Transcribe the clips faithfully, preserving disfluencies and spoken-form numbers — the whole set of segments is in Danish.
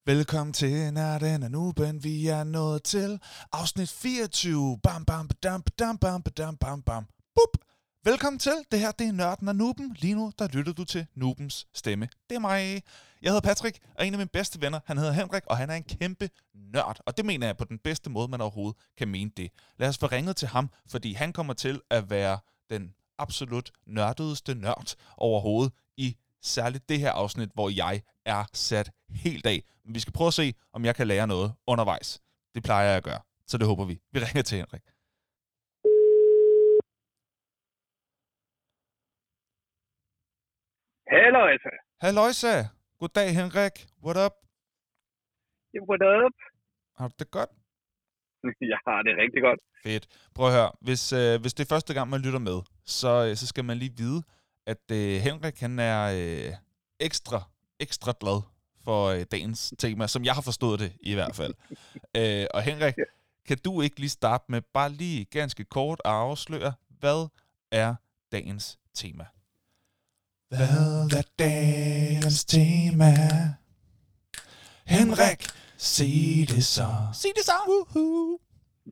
Velkommen til Nørden og Nuben, vi er nået til afsnit fireogtyve. Bam, bam, badam, badam, bam, badam, bam, bam. Bup. Velkommen til, det her det er Nørden og Nuben. Lige nu, der lytter du til Nubens stemme. Det er mig. Jeg hedder Patrick, og en af mine bedste venner, han hedder Henrik, og han er en kæmpe nørd. Og det mener jeg på den bedste måde, man overhovedet kan mene det. Lad os få ringet til ham, fordi han kommer til at være den absolut nørdedeste nørd overhovedet i særligt det her afsnit, hvor jeg er sat helt af. Men vi skal prøve at se, om jeg kan lære noget undervejs. Det plejer jeg at gøre, så det håber vi. Vi ringer til Henrik. Halløjsa. Halløjsa. Goddag, Henrik. What up? What up? Har du det godt? Jeg har det rigtig godt. Fedt. Prøv at høre. Hvis, øh, hvis det er første gang, man lytter med, så, øh, så skal man lige vide, at øh, Henrik han er øh, ekstra, ekstra glad for øh, dagens tema, som jeg har forstået det i hvert fald. øh, og Henrik, kan du ikke lige starte med bare lige ganske kort at afsløre, hvad er dagens tema? Hvad er dagens tema? Henrik, sig det så. Sig det så. Woohoo.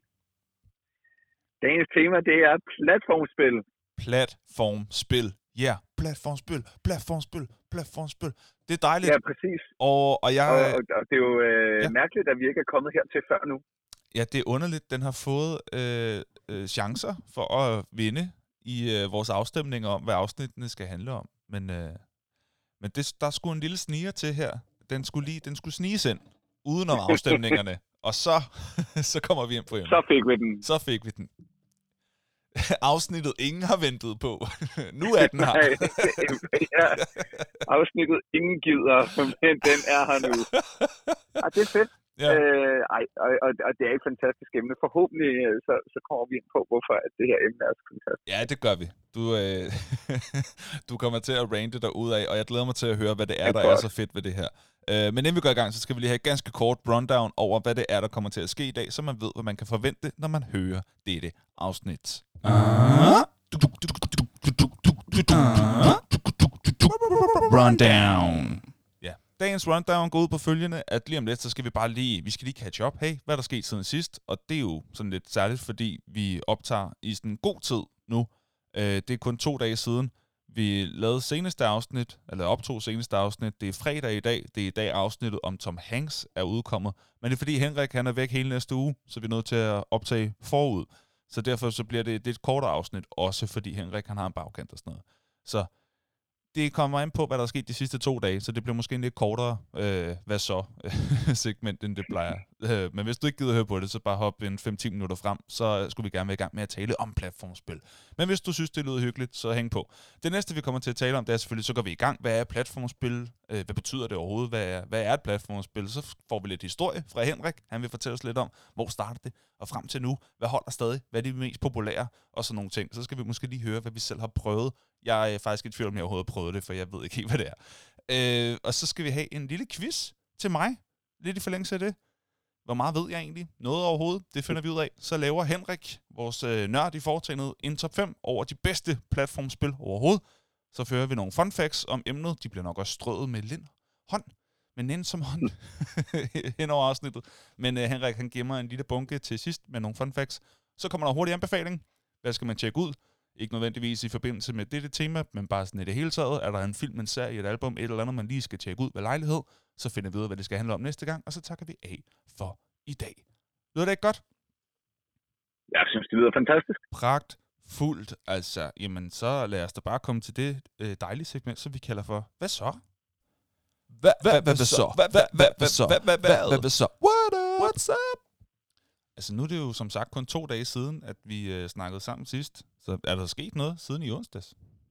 Dagens tema, det er platformspil. Platformspil. Ja, yeah. platformspil, platformspil, platformspil. Det er dejligt. Ja, præcis. Og, og, jeg, og, og, og det er jo øh, ja. mærkeligt, at vi ikke er kommet hertil før nu. Ja, det er underligt. Den har fået øh, øh, chancer for at vinde i øh, vores afstemninger om, hvad afsnittene skal handle om. Men, øh, men det, der skulle en lille sniger til her. Den skulle lige, den skulle sniges ind, udenom afstemningerne. Og så, så kommer vi ind på emnet. Så fik vi den. Så fik vi den. Afsnittet ingen har ventet på. Nu er den her. Ja, afsnittet ingen gider, men den er her nu. Og det er fedt. Ja. Øh, ej, og, og, og det er et fantastisk emne. Forhåbentlig så, så kommer vi ind på, hvorfor at det her emne er så fantastisk. Ja, det gør vi. Du, øh, du kommer til at rante derudad, og jeg glæder mig til at høre, hvad det er, der er så fedt ved det her. Øh, men inden vi går i gang, så skal vi lige have et ganske kort rundown over, hvad det er, der kommer til at ske i dag, så man ved, hvad man kan forvente, når man hører dette afsnit. Rundown. Ja, dagens rundown går ud på følgende, at lige om lidt, så skal vi bare lige, vi skal lige catch up. Hey, hvad er der sket siden sidst? Og det er jo sådan lidt særligt, fordi vi optager i sådan en god tid nu. Det er kun to dage siden, vi lavede seneste afsnit, eller optog seneste afsnit. Det er fredag i dag. Det er i dag afsnittet om Tom Hanks er udkommet. Men det er fordi Henrik han er væk hele næste uge, så vi er nødt til at optage forud. Så derfor så bliver det, det er et kortere afsnit, også fordi Henrik han har en bagkant og sådan noget. Så det kommer ind på, hvad der er sket de sidste to dage, så det bliver måske en lidt kortere, øh, hvad så, segment, end det plejer. Øh, men hvis du ikke gider høre på det, så bare hop en fem til ti minutter frem, så skulle vi gerne være i gang med at tale om platformspil. Men hvis du synes, det lyder hyggeligt, så hæng på. Det næste, vi kommer til at tale om, det er selvfølgelig, så går vi i gang. Hvad er platformspil? Øh, hvad betyder det overhovedet? Hvad er, hvad er et platformspil? Så får vi lidt historie fra Henrik. Han vil fortælle os lidt om, hvor starter det, og frem til nu, hvad holder stadig, hvad er de mest populære, og sådan nogle ting. Så skal vi måske lige høre, hvad vi selv har prøvet. Jeg er faktisk i tvivl om, jeg overhovedet har prøvet det, for jeg ved ikke helt, hvad det er. Øh, og så skal vi have en lille quiz til mig. Lidt i forlængelse af det. Hvor meget ved jeg egentlig? Noget overhovedet? Det finder vi ud af. Så laver Henrik, vores øh, nørd i foretagendet, en top fem over de bedste platformspil overhovedet. Så fører vi nogle fun facts om emnet. De bliver nok også strøget med lind hånd. Men nænd som hånd hen over afsnittet. Men øh, Henrik, han gemmer en lille bunke til sidst med nogle fun facts. Så kommer der hurtig anbefaling. Hvad skal man tjekke ud? Ikke nødvendigvis i forbindelse med dette tema, men bare sådan i det hele taget. Er der en film, en serie, et album, et eller andet, man lige skal tjekke ud ved lejlighed, så finder vi ud af, hvad det skal handle om næste gang, og så takker vi af for i dag. Lyder det ikke godt? Jeg synes, det lyder fantastisk. Pragt fuldt, altså. Jamen, så lad os da bare komme til det øh, dejlige segment, som vi kalder for, hvad så? Hvad så? Hvad så? Hvad så? What's up? Altså nu er det jo som sagt kun to dage siden, at vi øh, snakkede sammen sidst. Så er der sket noget siden i onsdags?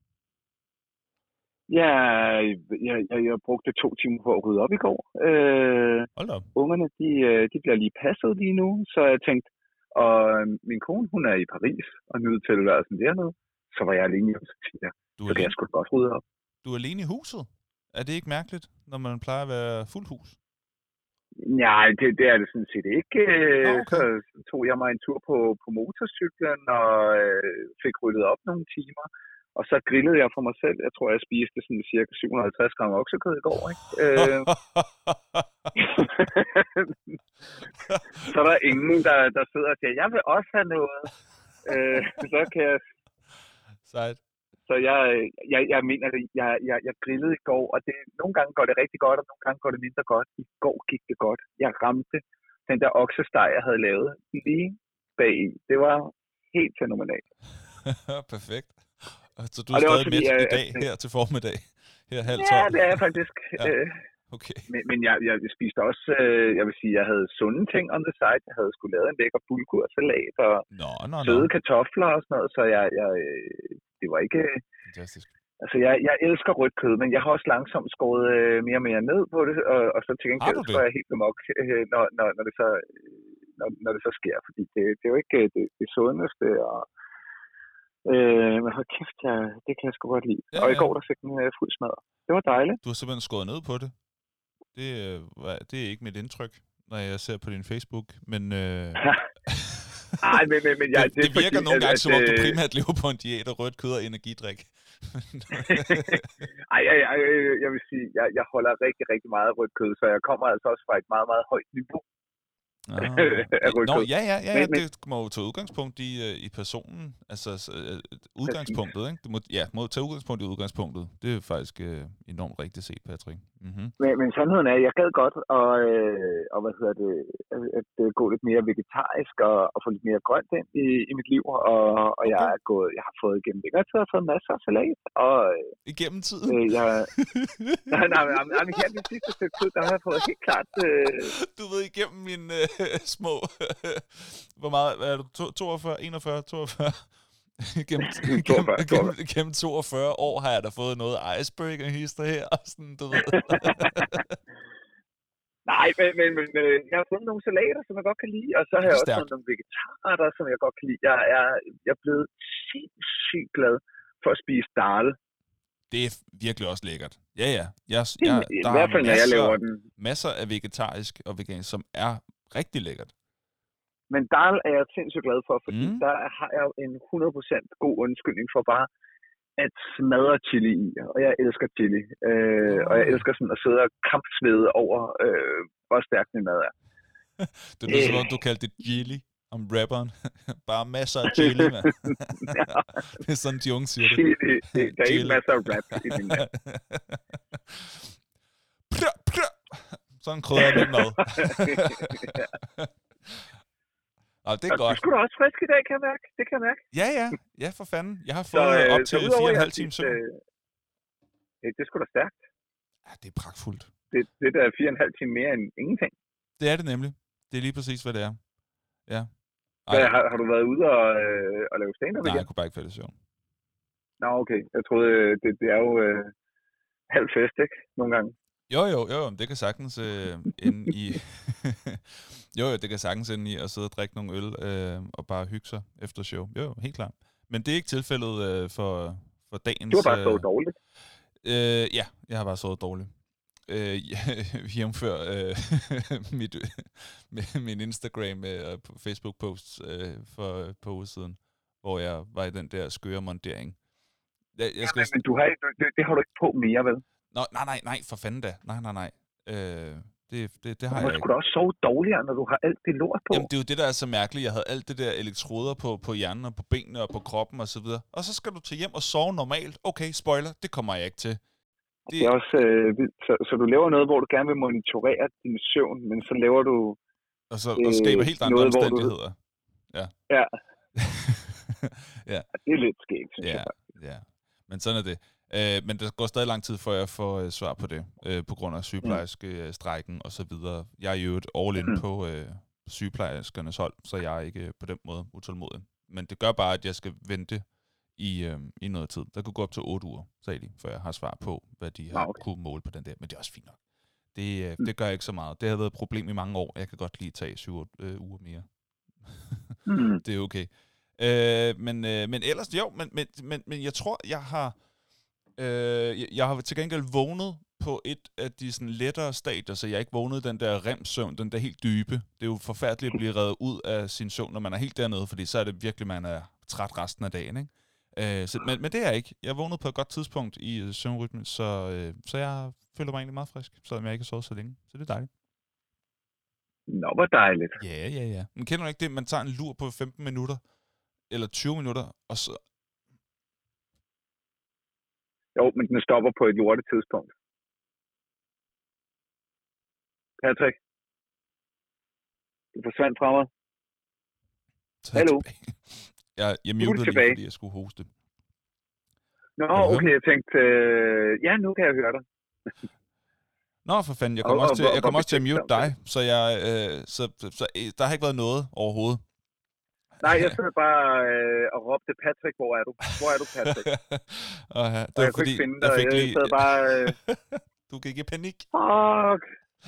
Ja, jeg, jeg, jeg brugte to timer på at rydde op i går. Øh, Hold op. Ungerne, de, de bliver lige passet lige nu, så jeg tænkte, og min kone, hun er i Paris og nyder tilværelsen dernede, så var jeg alene hjemme, så tænkte jeg, så kan jeg sgu godt rydde op. Du er alene i huset? Er det ikke mærkeligt, når man plejer at være fuld hus? Nej, det, det er det sådan set ikke. Oh, okay. Så tog jeg mig en tur på, på motorcyklen og øh, fik ryddet op nogle timer. Og så grillede jeg for mig selv. Jeg tror, jeg spiste sådan cirka syv hundrede og halvtreds gram oksekød i går. Ikke? øh. Så er der ingen, der, der sidder og siger, jeg vil også have noget. Øh, så kan jeg... Sejt. Så jeg, jeg, jeg mener det, jeg, jeg, jeg grillede i går, og det, nogle gange går det rigtig godt, og nogle gange går det mindre godt. I går gik det godt. Jeg ramte den der oksesteg, jeg havde lavet, lige bag i. Det var helt fænomenalt. Perfekt. Så du er stadig med i dag, her til formiddag? Her halv tolv? Ja, det er jeg faktisk. Ja. Okay. Men, men jeg, jeg spiste også, øh, jeg vil sige, jeg havde sunde ting on the side. Jeg havde sgu lavet en lækker bulgursalat og nå, nå, søde nå. kartofler og sådan noget, så jeg, jeg, det var ikke... Fantastisk. Altså, jeg, jeg elsker rødt kød, men jeg har også langsomt skåret øh, mere og mere ned på det, og, og så til gengæld så er jeg helt amok, øh, når, når, når, det så, når, når det så sker, fordi det, det er jo ikke det, det sundeste, og øh, men hold kæft, jeg, det kan jeg sgu godt lide. Ja, og i går, der fik den øh, fuld smadret. Det var dejligt. Du har simpelthen skåret ned på det. Det, det er ikke mit indtryk, når jeg ser på din Facebook, men... Øh... Ej, men, men, men jeg, det, det, det virker fordi, nogle gange, at, som om du primært lever på en diæt af rødt kød og energidrik. Ej, jeg, jeg, jeg vil sige, jeg, jeg holder rigtig, rigtig meget af rødt kød, så jeg kommer altså også fra et meget, meget højt niveau. Ah. Nå, ja, ja, ja, ja, det må jo tage udgangspunkt i, i personen, altså uh, udgangspunktet, ikke? Du må, ja, må tage udgangspunkt i udgangspunktet. Det er faktisk uh, enormt rigtigt set, Patrick. Mm-hmm. Men, men sandheden er, at jeg gad godt, og, øh, og hvad hedder det, at, at gå lidt mere vegetarisk og, og få lidt mere grønt ind i, i mit liv, og, og okay. jeg er gået, jeg har fået igennem det. Jeg har fået masser af salat, og igennem tiden? Øh, jeg, nej, nej, nej, nej, nej, her det sidste stykke tid, der har jeg fået helt klart... Øh, du ved, igennem mine øh, små... hvor meget er du? toogfyrre, enogfyrre, toogfyrre? gennem, gennem, gennem, gennem toogfyrre år har jeg da fået noget icebreaker-hister her, og sådan, du ved. Nej, men, men, men jeg har fundet nogle salater, som jeg godt kan lide, og så har jeg også fundet nogle vegetarer, som jeg godt kan lide. Jeg er, jeg er blevet sindssygt glad for at spise dal. Det er virkelig også lækkert. Ja, ja. Jeg, jeg, der I hvert fald, når jeg laver den. Masser af vegetarisk og vegansk, som er rigtig lækkert. Men dal er jeg sindssygt glad for, fordi mm. der har jeg en hundrede procent god undskyldning for bare at smadre chili i. Og jeg elsker chili. Øh, og jeg elsker sådan at sidde og kampsvede over, øh, hvor stærk min mad er. Det er øh. som du kaldte det chili om rapperen. Bare masser af chili, mand. Ja. Det er sådan, de unge siger det. Chili. Der er ikke masser af rap i min mad. Sådan krydder jeg min mad. Ja. Og det er godt. Du skulle da også frisk i dag, kan jeg mærke. Det kan jeg mærke. Ja, ja. Ja, for fanden. Jeg har fået så, op til fire og en halv time søvn. Øh, det er sgu da stærkt. Ja, det er pragtfuldt. Det, det der er fire og en halv time mere end ingenting. Det er det nemlig. Det er lige præcis, hvad det er. Ja. Hvad, har, har du været ude og, øh, og lave stand-up igen? Nej, jeg kunne bare ikke falde i søvn. Nå, okay. Jeg troede, det, det er jo øh, halv fest, ikke? Nogle gange. Jo, jo, jo, det kan sagtens øh, ende i... jo, jo, det kan sagtens ende i at sidde og drikke nogle øl øh, og bare hygge sig efter show. Jo, helt klart. Men det er ikke tilfældet øh, for, for dagens... Du har bare sovet dårligt. Øh, ja, jeg har bare sovet dårligt. Øh, jævnfør øh, mit, min Instagram øh, og Facebook-posts øh, for et par uger siden, hvor jeg var i den der skøre montering. Jeg, jeg skal... ja, men, men du har, det, det har du ikke på mere, vel? Nå, nej, nej, nej, for fanden da. Nej, nej, nej. Øh, det, det, det har jeg ikke. Du skulle da også sove dårligere, når du har alt det lort på. Jamen, det er jo det, der er så mærkeligt. Jeg havde alt det der elektroder på, på hjernen og på benene og på kroppen og så videre. Og så skal du tage hjem og sove normalt. Okay, spoiler, det kommer jeg ikke til. Det, det er også øh, så, så du laver noget, hvor du gerne vil monitorere din søvn, men så laver du... Og så og skaber helt andre noget, omstændigheder. Du... Ja. Ja. Ja. Det er lidt skægt, synes ja, jeg faktisk. Ja, men sådan er det. Øh, men der går stadig lang tid, før jeg får øh, svar på det, øh, på grund af sygeplejerske-strejken mm. og så videre. Jeg er jo et all in mm. på øh, sygeplejerskernes hold, så jeg er ikke øh, på den måde utålmodig. Men det gør bare, at jeg skal vente i, øh, i noget tid. Der kunne gå op til otte uger, sagde de, før jeg har svar på, hvad de har okay. kunne måle på den der. Men det er også fint nok. Det, øh, mm. det gør ikke så meget. Det har været et problem i mange år. Jeg kan godt lige tage syv øh, uger mere. mm. Det er okay. Øh, men, øh, men ellers, jo, men, men, men, men jeg tror, jeg har... Øh, jeg, jeg har til gengæld vågnet på et af de sådan lettere stadier, så jeg ikke vågnet den der remsøvn, den der helt dybe. Det er jo forfærdeligt at blive reddet ud af sin søvn, når man er helt dernede, fordi så er det virkelig, man er træt resten af dagen, ikke? Øh, så, men, men det er jeg ikke. Jeg vågnede på et godt tidspunkt i øh, søvnrytmen, så, øh, så jeg føler mig egentlig meget frisk, selvom jeg ikke har sovet så længe. Så det er dejligt. Nå, hvor dejligt. Ja, ja, ja. Men kender du ikke det? Man tager en lur på femten minutter, eller tyve minutter, og så... Jo, men den stopper på et jordet tidspunkt. Patrick? Du forsvandt fra mig. Hallo? Jeg, jeg mutede lige, tilbage. fordi jeg skulle hoste. Nå, okay, jeg tænkte, øh, ja, nu kan jeg høre dig. Nå, for fanden, jeg kommer også, til, jeg kom også til at mute dig, så, jeg, øh, så, så, så der har ikke været noget overhovedet. Nej, jeg sad bare øh, og råbte, Patrick, hvor er du? Hvor er du, Patrick? og, ja, det og jeg var, kunne fordi, ikke finde dig, jeg, jeg sad bare... Øh... du gik i panik. Fuck!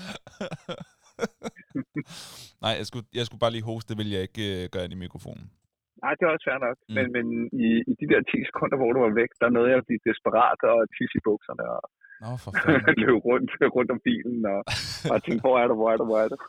Nej, jeg skulle, jeg skulle bare lige hoste, det ville jeg ikke øh, gøre ind i mikrofonen. Nej, det er også fair nok. Mm. Men, men i, i de der ti sekunder, hvor du var væk, der nåede jeg at blive desperat og tisse i bukserne og Nå, for fanden. løb rundt, rundt om bilen og, og tænkte, hvor er du, hvor er du, hvor er du?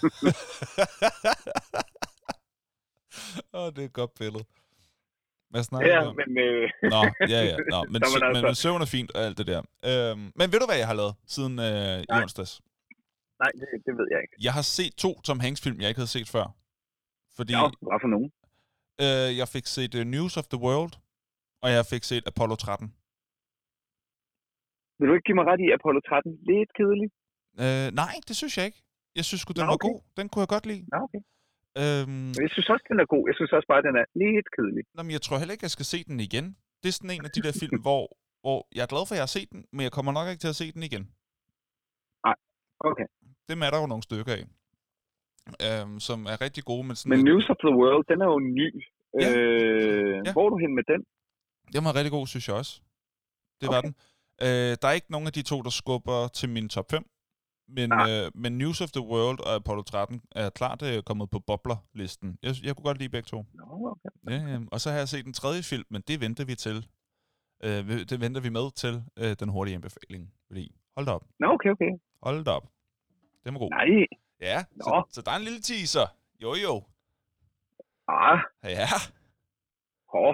Åh, oh, det er et godt billede. Hvad snakker ja, du om? men... Øh... Nå, ja, ja. Nå, men, sø- altså... men, men søvn er fint og alt det der. Øhm, men ved du, hvad jeg har lavet siden øh, i onsdags? Nej, det, det ved jeg ikke. Jeg har set to Tom Hanks-film, jeg ikke havde set før. Fordi, ja, hvad for nogen? Øh, jeg fik set uh, News of the World, og jeg fik set Apollo tretten. Vil du ikke give mig ret i Apollo tretten? Lidt kedelig? Øh, nej, det synes jeg ikke. Jeg synes sgu, den Nå, okay. var god. Den kunne jeg godt lide. Nå, okay. Øhm, jeg synes også, den er god. Jeg synes også bare, den er lidt kedelig. Nå, men jeg tror heller ikke, jeg skal se den igen. Det er sådan en af de der film, hvor, hvor jeg er glad for, at jeg har set den, men jeg kommer nok ikke til at se den igen. Nej, okay. Dem er der jo nogle stykker af, øhm, som er rigtig gode. Men, sådan men et... News of the World, den er jo ny. Ja. Øh, ja. Hvor er du hen med den? Den var rigtig god, synes jeg også. Det okay. var den. Øh, der er ikke nogen af de to, der skubber til min top fem. Men, øh, men News of the World og Apollo tretten er klart øh, kommet på bobler-listen. Jeg, jeg kunne godt lide begge to. Nå, okay. Ja, øh, og så har jeg set den tredje film, men det venter vi til. Øh, det venter vi med til øh, den hurtige anbefaling. Fordi, hold da op. Nå, okay, okay. Hold da op. Den var god. Nej. Ja, så, så der er en lille teaser. Jo, jo. Ah. Ja. Åh.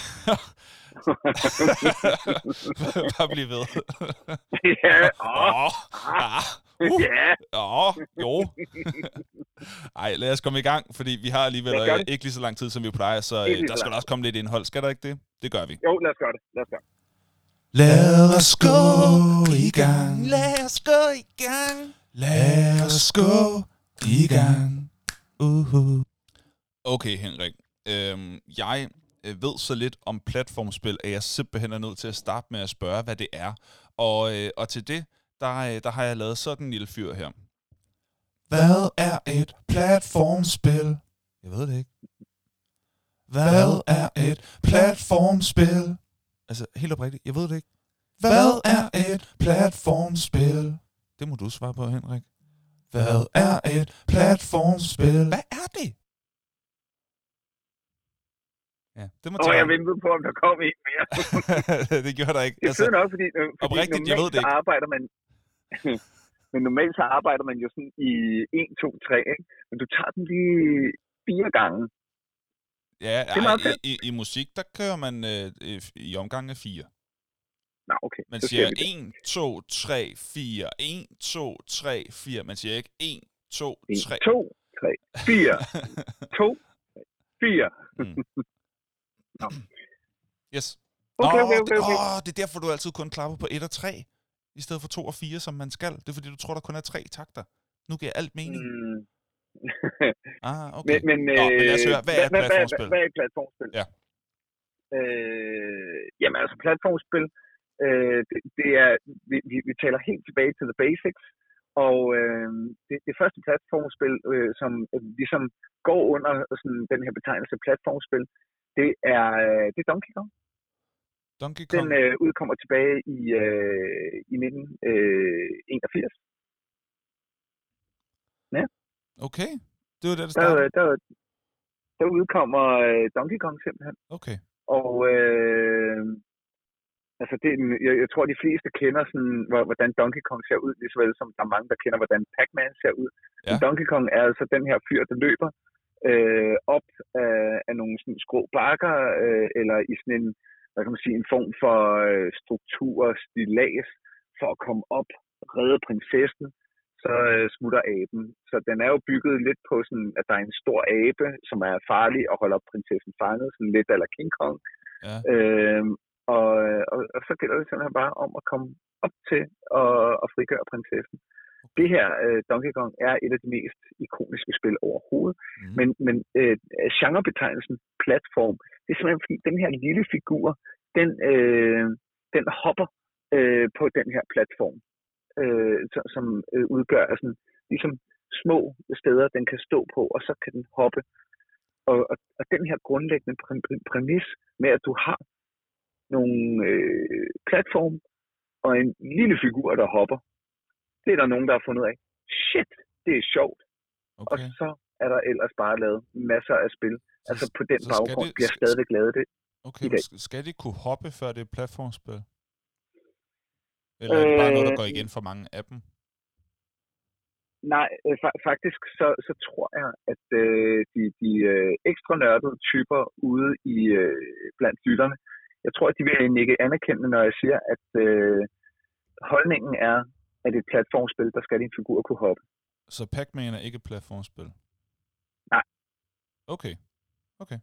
Bare bliv ved. Ja. Åh. Ja. Åh, jo. Ej, lad os komme i gang, fordi vi har alligevel øh, ikke lige så lang tid, som vi plejer, så øh, der skal også komme lidt indhold. Skal der ikke det? Det gør vi. Jo, lad os gøre det. Lad os gøre det. Lad os gå i gang. Lad os gå i gang. Lad os gå i gang. Uh-huh. Okay, Henrik. Øhm, jeg ved så lidt om platformspil, at jeg simpelthen er nødt til at starte med at spørge, hvad det er. Og, øh, og til det, der, der har jeg lavet sådan en lille fyr her. Hvad er et platformspil? Jeg ved det ikke. Hvad er et platformspil? Altså, helt oprigtigt, jeg ved det ikke. Hvad er et platformspil? Det må du svare på, Henrik. Hvad er et platformspil? Hvad er det? Ja, det må Åh, jeg ventede på, om der kom en mere. Det gjorde der ikke. Det er altså, også, fordi, fordi oprigtigt, jeg ved det ikke. Så arbejder man, men normalt så arbejder man jo sådan i en, to, tre, ikke? Men du tager den lige fire gange. Ja, ej, i, i, i musik, der kører man øh, i omgang af fire. Nå, okay. Man siger en, to, tre, fire. en, to, tre, fire. Man siger ikke en, to, tre. en, to, tre, fire. to, fire. Mm. Nå. Yes. Okay, okay, okay, okay. Åh, det er derfor, du altid kun klapper på et og tre, i stedet for to og fire, som man skal. Det er fordi, du tror, der kun er tre takter. Nu giver alt mening. Mm. ah, okay. Men, men, Nå, men lad os høre, hvad er et platformspil? Hvad, hvad er et platformspil? Ja. Øh, jamen altså, platformspil, øh, det, det er, vi, vi, vi taler helt tilbage til the basics, og øh, det, det første platformspil, øh, som øh, ligesom går under sådan, den her betegnelse platformspil, det er, øh, det er Donkey Kong. Donkey Kong? Den øh, udkommer tilbage i, øh, i nitten enogfirs. Ja. Okay, det var det, der startede. Der, der, der udkommer øh, Donkey Kong simpelthen. Okay. Og øh, altså det, jeg, jeg tror, de fleste kender sådan, hvordan Donkey Kong ser ud, lige så vel som der er mange, der kender, hvordan Pac-Man ser ud. Ja. Men Donkey Kong er altså den her fyr, der løber øh, op af, af nogle sådan skrå bakker, øh, eller i sådan en, hvad kan man sige, en form for øh, struktur, stillads, for at komme op, redde prinsessen, så øh, smutter aben. Så den er jo bygget lidt på sådan, at der er en stor abe, som er farlig og holder prinsessen fanget, sådan lidt eller King Kong. Ja. Øh, og, og, og så gælder det simpelthen bare om at komme op til at, at frigøre prinsessen. Okay. Det her øh, Donkey Kong er et af de mest ikoniske spil overhovedet, mm. men, men øh, genrebetegnelsen platform, det er simpelthen fordi den her lille figur, den, øh, den hopper øh, på den her platform, øh, som øh, udgør sådan, ligesom små steder, den kan stå på, og så kan den hoppe. Og, og, og den her grundlæggende præmis med, at du har nogle øh, platform og en lille figur, der hopper, det er der nogen, der har fundet af. Shit, det er sjovt. Okay. Og så er der ellers bare lavet masser af spil. Så, altså på den baggrund det, bliver stadigvæk lavet det. Okay, men skal de kunne hoppe, før det er platformspil? Eller er det bare øh, noget, der går igen for mange af dem? Nej, øh, fa- faktisk så, så tror jeg, at øh, de, de øh, ekstra nørdede typer ude i øh, blandt lytterne, jeg tror, at de vil nikke anerkendende, når jeg siger, at øh, holdningen er, at et platformspil, der skal din figur kunne hoppe. Så Pac-Man er ikke et platformspil? Nej. Okay. Okay.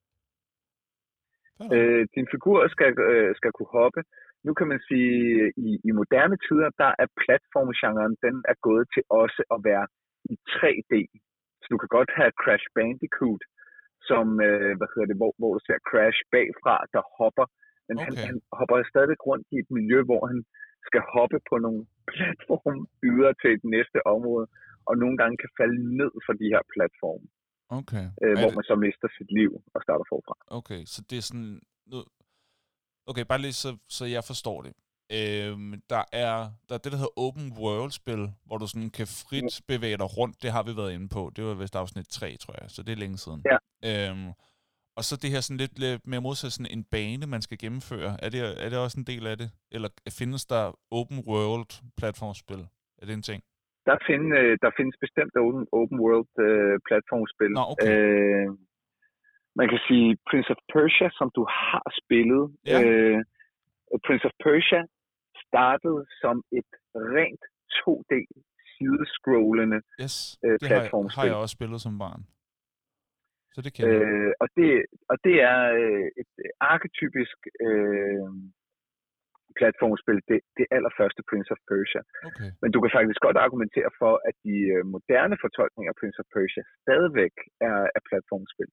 Øh, din figur skal, øh, skal kunne hoppe. Nu kan man sige, i, i moderne tider, der er platformgenren, den er gået til også at være i tre D. Så du kan godt have Crash Bandicoot, som, øh, hvad hedder det, hvor, hvor du ser Crash bagfra, der hopper. Men okay. han, han hopper stadig rundt i et miljø, hvor han skal hoppe på nogle platforme videre til et næste område, og nogle gange kan falde ned fra de her platforme. Okay. Øh, hvor det... man så mister sit liv og starter forfra. Okay, så det er sådan... Okay, bare lige så, så jeg forstår det. Øhm, der, er, der er det, der hedder open world-spil, hvor du sådan kan frit bevæge dig rundt. Det har vi været inde på. Det var vist afsnit tre, tror jeg, så det er længe siden. Ja. Øhm, og så det her sådan lidt, lidt mere modsat sådan en bane, man skal gennemføre. Er det, er det også en del af det? Eller findes der open world-platformspil? Er det en ting? Der, find, der findes bestemt open, open world-platformspil. Nå, okay. Øh, man kan sige Prince of Persia, som du har spillet. Ja. Øh, Prince of Persia startede som et rent to D sidescrollende yes, øh, det platformspil. har jeg, har jeg også spillet som barn. Så det kender jeg. Øh, og, det, og det er øh, et arketypisk øh, platformspil, det, det allerførste Prince of Persia. Okay. Men du kan faktisk godt argumentere for, at de øh, moderne fortolkninger af Prince of Persia stadigvæk er, er platformspil.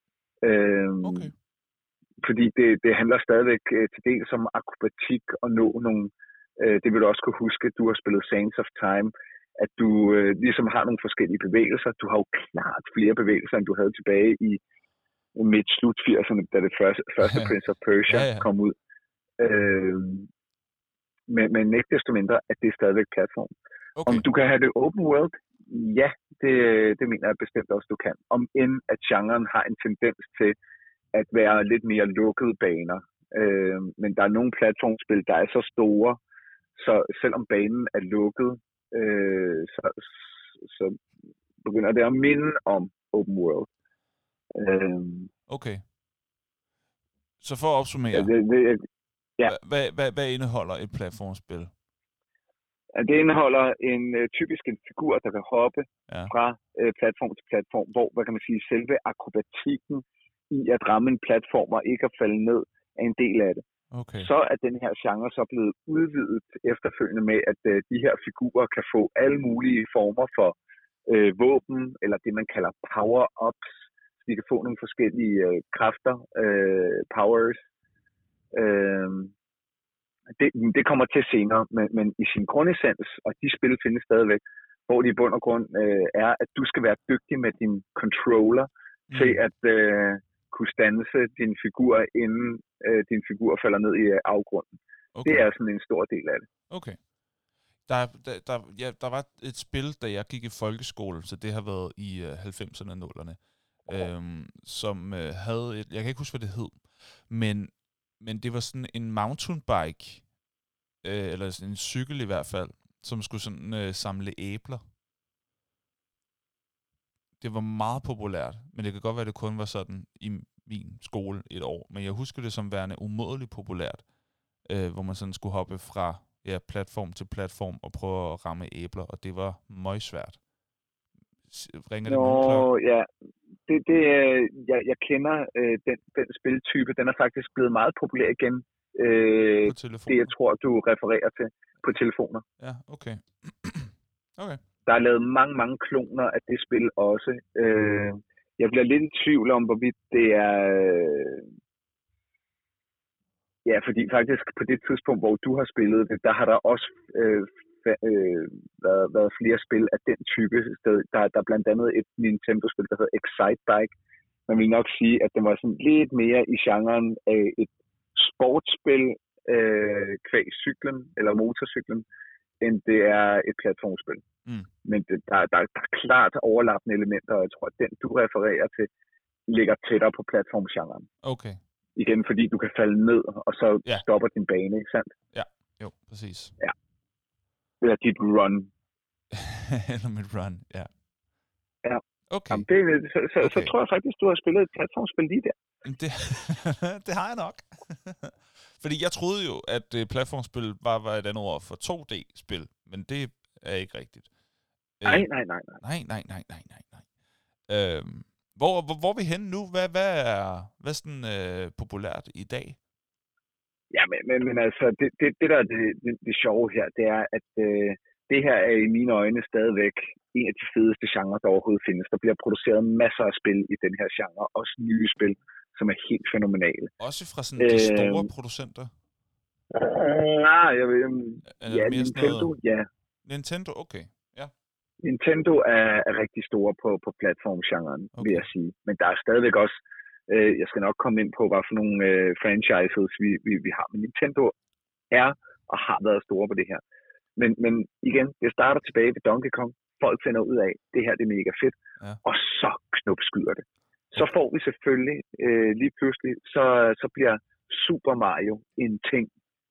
Øhm, okay. Fordi det, det handler stadigvæk øh, til dels om akrobatik og nå nogle, øh, det vil du også kunne huske, du har spillet Sands of Time, at du øh, ligesom har nogle forskellige bevægelser. Du har jo klart flere bevægelser, end du havde tilbage i midt slut firserne, da det første, første Prince of Persia ja, ja. kom ud. Øhm, men, men ikke desto mindre, at det er stadigvæk platform. Okay. Om du kan have det open world, ja, det, det mener jeg bestemt også, du kan. Om end at genren har en tendens til at være lidt mere lukkede baner. Øh, men der er nogle platformspil, der er så store, så selvom banen er lukket, øh, så, så begynder det at minde om open world. Øh, okay. Så for at opsummere, ja, det, det, ja. hvad, hvad, hvad indeholder et platformspil? Det indeholder en uh, typisk en figur, der kan hoppe ja. fra uh, platform til platform, hvor, hvad kan man sige, selve akrobatikken i at ramme en platform og ikke at falde ned er en del af det. Okay. Så er den her genre så blevet udvidet efterfølgende med, at uh, de her figurer kan få alle mulige former for uh, våben, eller det man kalder power-ups. Så de kan få nogle forskellige uh, kræfter, uh, powers. Uh, Det, det kommer til senere, men, men i sin grundessens, og de spil findes stadigvæk, hvor de i bund og grund øh, er, at du skal være dygtig med din controller mm. til at øh, kunne standse din figur, inden øh, din figur falder ned i øh, afgrunden. Okay. Det er sådan en stor del af det. Okay. Der, der, der, ja, der var et spil, da jeg gik i folkeskole, så det har været i øh, halvfemserne og nullerne, øh, som øh, havde et, jeg kan ikke huske, hvad det hed, men Men det var sådan en mountainbike, øh, eller sådan en cykel i hvert fald, som skulle sådan øh, samle æbler. Det var meget populært, men det kan godt være, at det kun var sådan i min skole et år. Men jeg husker det som værende umådeligt populært, øh, hvor man sådan skulle hoppe fra ja, platform til platform og prøve at ramme æbler, og det var møgsvært. Ringer det nogen klokke? ja. Det, det, jeg, jeg kender øh, den, den spiltype. Den er faktisk blevet meget populær igen. Øh, På telefoner? Det, jeg tror, du refererer til på telefoner. Ja, okay. okay. Der er lavet mange, mange kloner af det spil også. Øh, jeg bliver lidt i tvivl om, hvorvidt det er... Øh, ja, fordi faktisk på det tidspunkt, hvor du har spillet det, der har der også øh, øh, været, været flere spil af den type. Der, der er blandt andet et Nintendo-spil, der hedder Excite Bike. Man vil nok sige, at det var sådan lidt mere i genren af et sportsspil øh, kvæg cyklen eller motorcyklen, end det er et platformspil. Mm. Men det, der, der, der er klart overlappende elementer, og jeg tror, at den, du refererer til, ligger tættere på platformgenren. Okay. Igen, fordi du kan falde ned, og så ja. stopper din bane, ikke sandt? Ja, jo, præcis. Ja. Eller dit run. Eller mit run, ja. Ja. Okay. Jamen, det, så, så, okay. så tror jeg faktisk, du har spillet et platformspil lige der. Det, det har jeg nok. Fordi jeg troede jo, at uh, platformspil bare var et andet ord for to D-spil, men det er ikke rigtigt. Nej, nej, nej, nej. Nej, nej, nej, nej, nej, nej. Øhm, hvor, hvor, hvor er vi henne nu? Hvad, hvad er, hvad er sådan øh, populært i dag? Ja, men, men, men altså, det, det, det der er det, det, det sjove her, det er, at øh, det her er i mine øjne stadigvæk en af de fedeste genrer, der overhovedet findes. Der bliver produceret masser af spil i den her genre, også nye spil, som er helt fænomenale. Også fra sådan de øh, store producenter? Øh, nej, jeg ved, ja, Nintendo, noget... ja. Nintendo, okay, ja. Nintendo er, er rigtig store på, på platformgenren, okay. vil jeg sige. Men der er stadigvæk også, øh, jeg skal nok komme ind på, hvad for nogle øh, franchises vi, vi, vi har. Men Nintendo er og har været store på det her. Men, men igen, det starter tilbage ved Donkey Kong. Folk finder ud af, det her det er mega fedt. Ja. Og så knopskyder det. Så får vi selvfølgelig øh, lige pludselig, så, så bliver Super Mario en ting.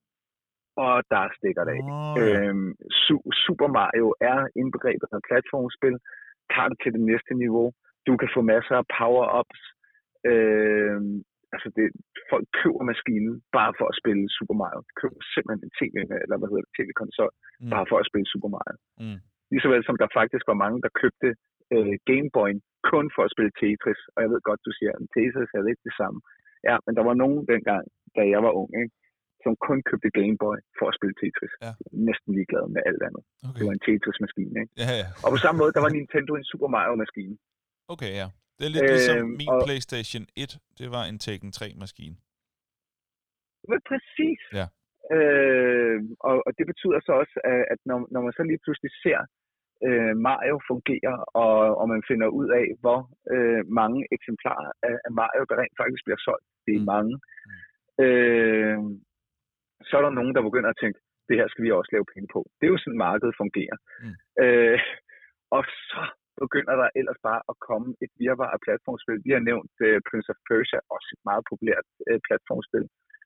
Og der stikker det af. Oh, ja. øhm, Su- Super Mario er indbegrebet af platformspil. Tager det til det næste niveau. Du kan få masser af power-ups. Øhm, altså det, folk køber maskinen bare for at spille Super Mario. De køber simpelthen en tv, eller hvad hedder det, tv-konsol, mm. bare for at spille Super Mario. Mm. Ligesåvel som der faktisk var mange, der købte øh, Game Boy kun for at spille Tetris. Og jeg ved godt, du siger, at Tetris er lidt det samme. Ja, men der var nogen dengang, da jeg var ung, ikke, som kun købte Game Boy for at spille Tetris. Ja. Næsten ligeglad med alt andet. Okay. Det var en Tetris-maskine, ikke? Ja, ja. Og på samme måde, der var Nintendo en Super Mario-maskine. Okay, ja. Det er lidt øh, ligesom min og... PlayStation et. Det var en Tekken tre-maskine. Men præcis. Ja. Øh, og, og det betyder så også, at når, når man så lige pludselig ser øh, Mario fungere, og, og man finder ud af, hvor øh, mange eksemplarer af, af Mario, der rent faktisk bliver solgt, det er mm. mange, mm. Øh, så er der nogen, der begynder at tænke, det her skal vi også lave penge på. Det er jo sådan, markedet fungerer. Mm. Øh, og så begynder der ellers bare at komme et virvar af platformspil. Vi har nævnt uh, Prince of Persia, også et meget populært uh, platformspil.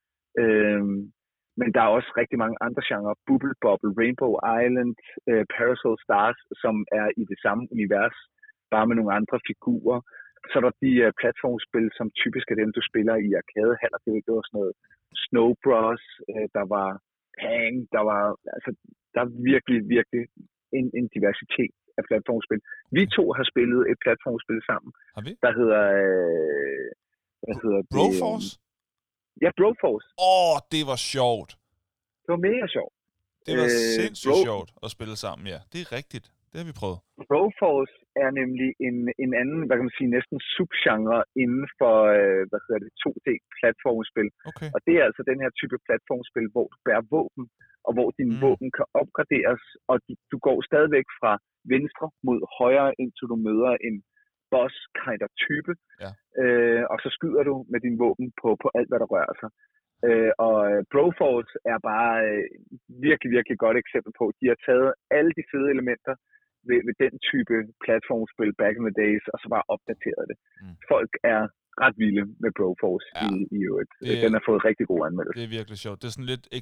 Øh, men der er også rigtig mange andre genrer. Bubble Bobble, Rainbow Island, uh, Parasol Stars, som er i det samme univers, bare med nogle andre figurer. Så er der de uh, platformspil, som typisk er dem, du spiller i arcadehaller. Det var sådan noget Snow Bros, uh, der var Hang, der var, altså, der er virkelig, virkelig en, en diversitet af platformspil. Vi to har spillet et platformspil sammen. Har vi? Der hedder, øh, hvad hedder det? Broforce? Ja, Broforce. Åh, oh, det var sjovt. Det var mega sjovt. Det var øh, sindssygt Bro... sjovt at spille sammen, ja. Det er rigtigt. Det har vi prøvet. Broforce er nemlig en, en anden, hvad kan man sige, næsten subgenre inden for, øh, hvad hedder det, to D-platformspil. Okay. Og det er altså den her type platformspil, hvor du bærer våben, og hvor dine mm. våben kan opgraderes, og du, du går stadigvæk fra venstre mod højre, indtil du møder en boss kind of type, ja. øh, og så skyder du med dine våben på, på alt, hvad der rører sig. Øh, og Broforce er bare øh, virkelig, virkelig godt eksempel på. De har taget alle de fede elementer ved, ved den type platformspil back in the days, og så bare opdateret det. Mm. Folk er ret vilde med Broforce ja. i, i øvrigt. Er, den har fået rigtig gode anmeldelser. Det er virkelig sjovt. Det er sådan lidt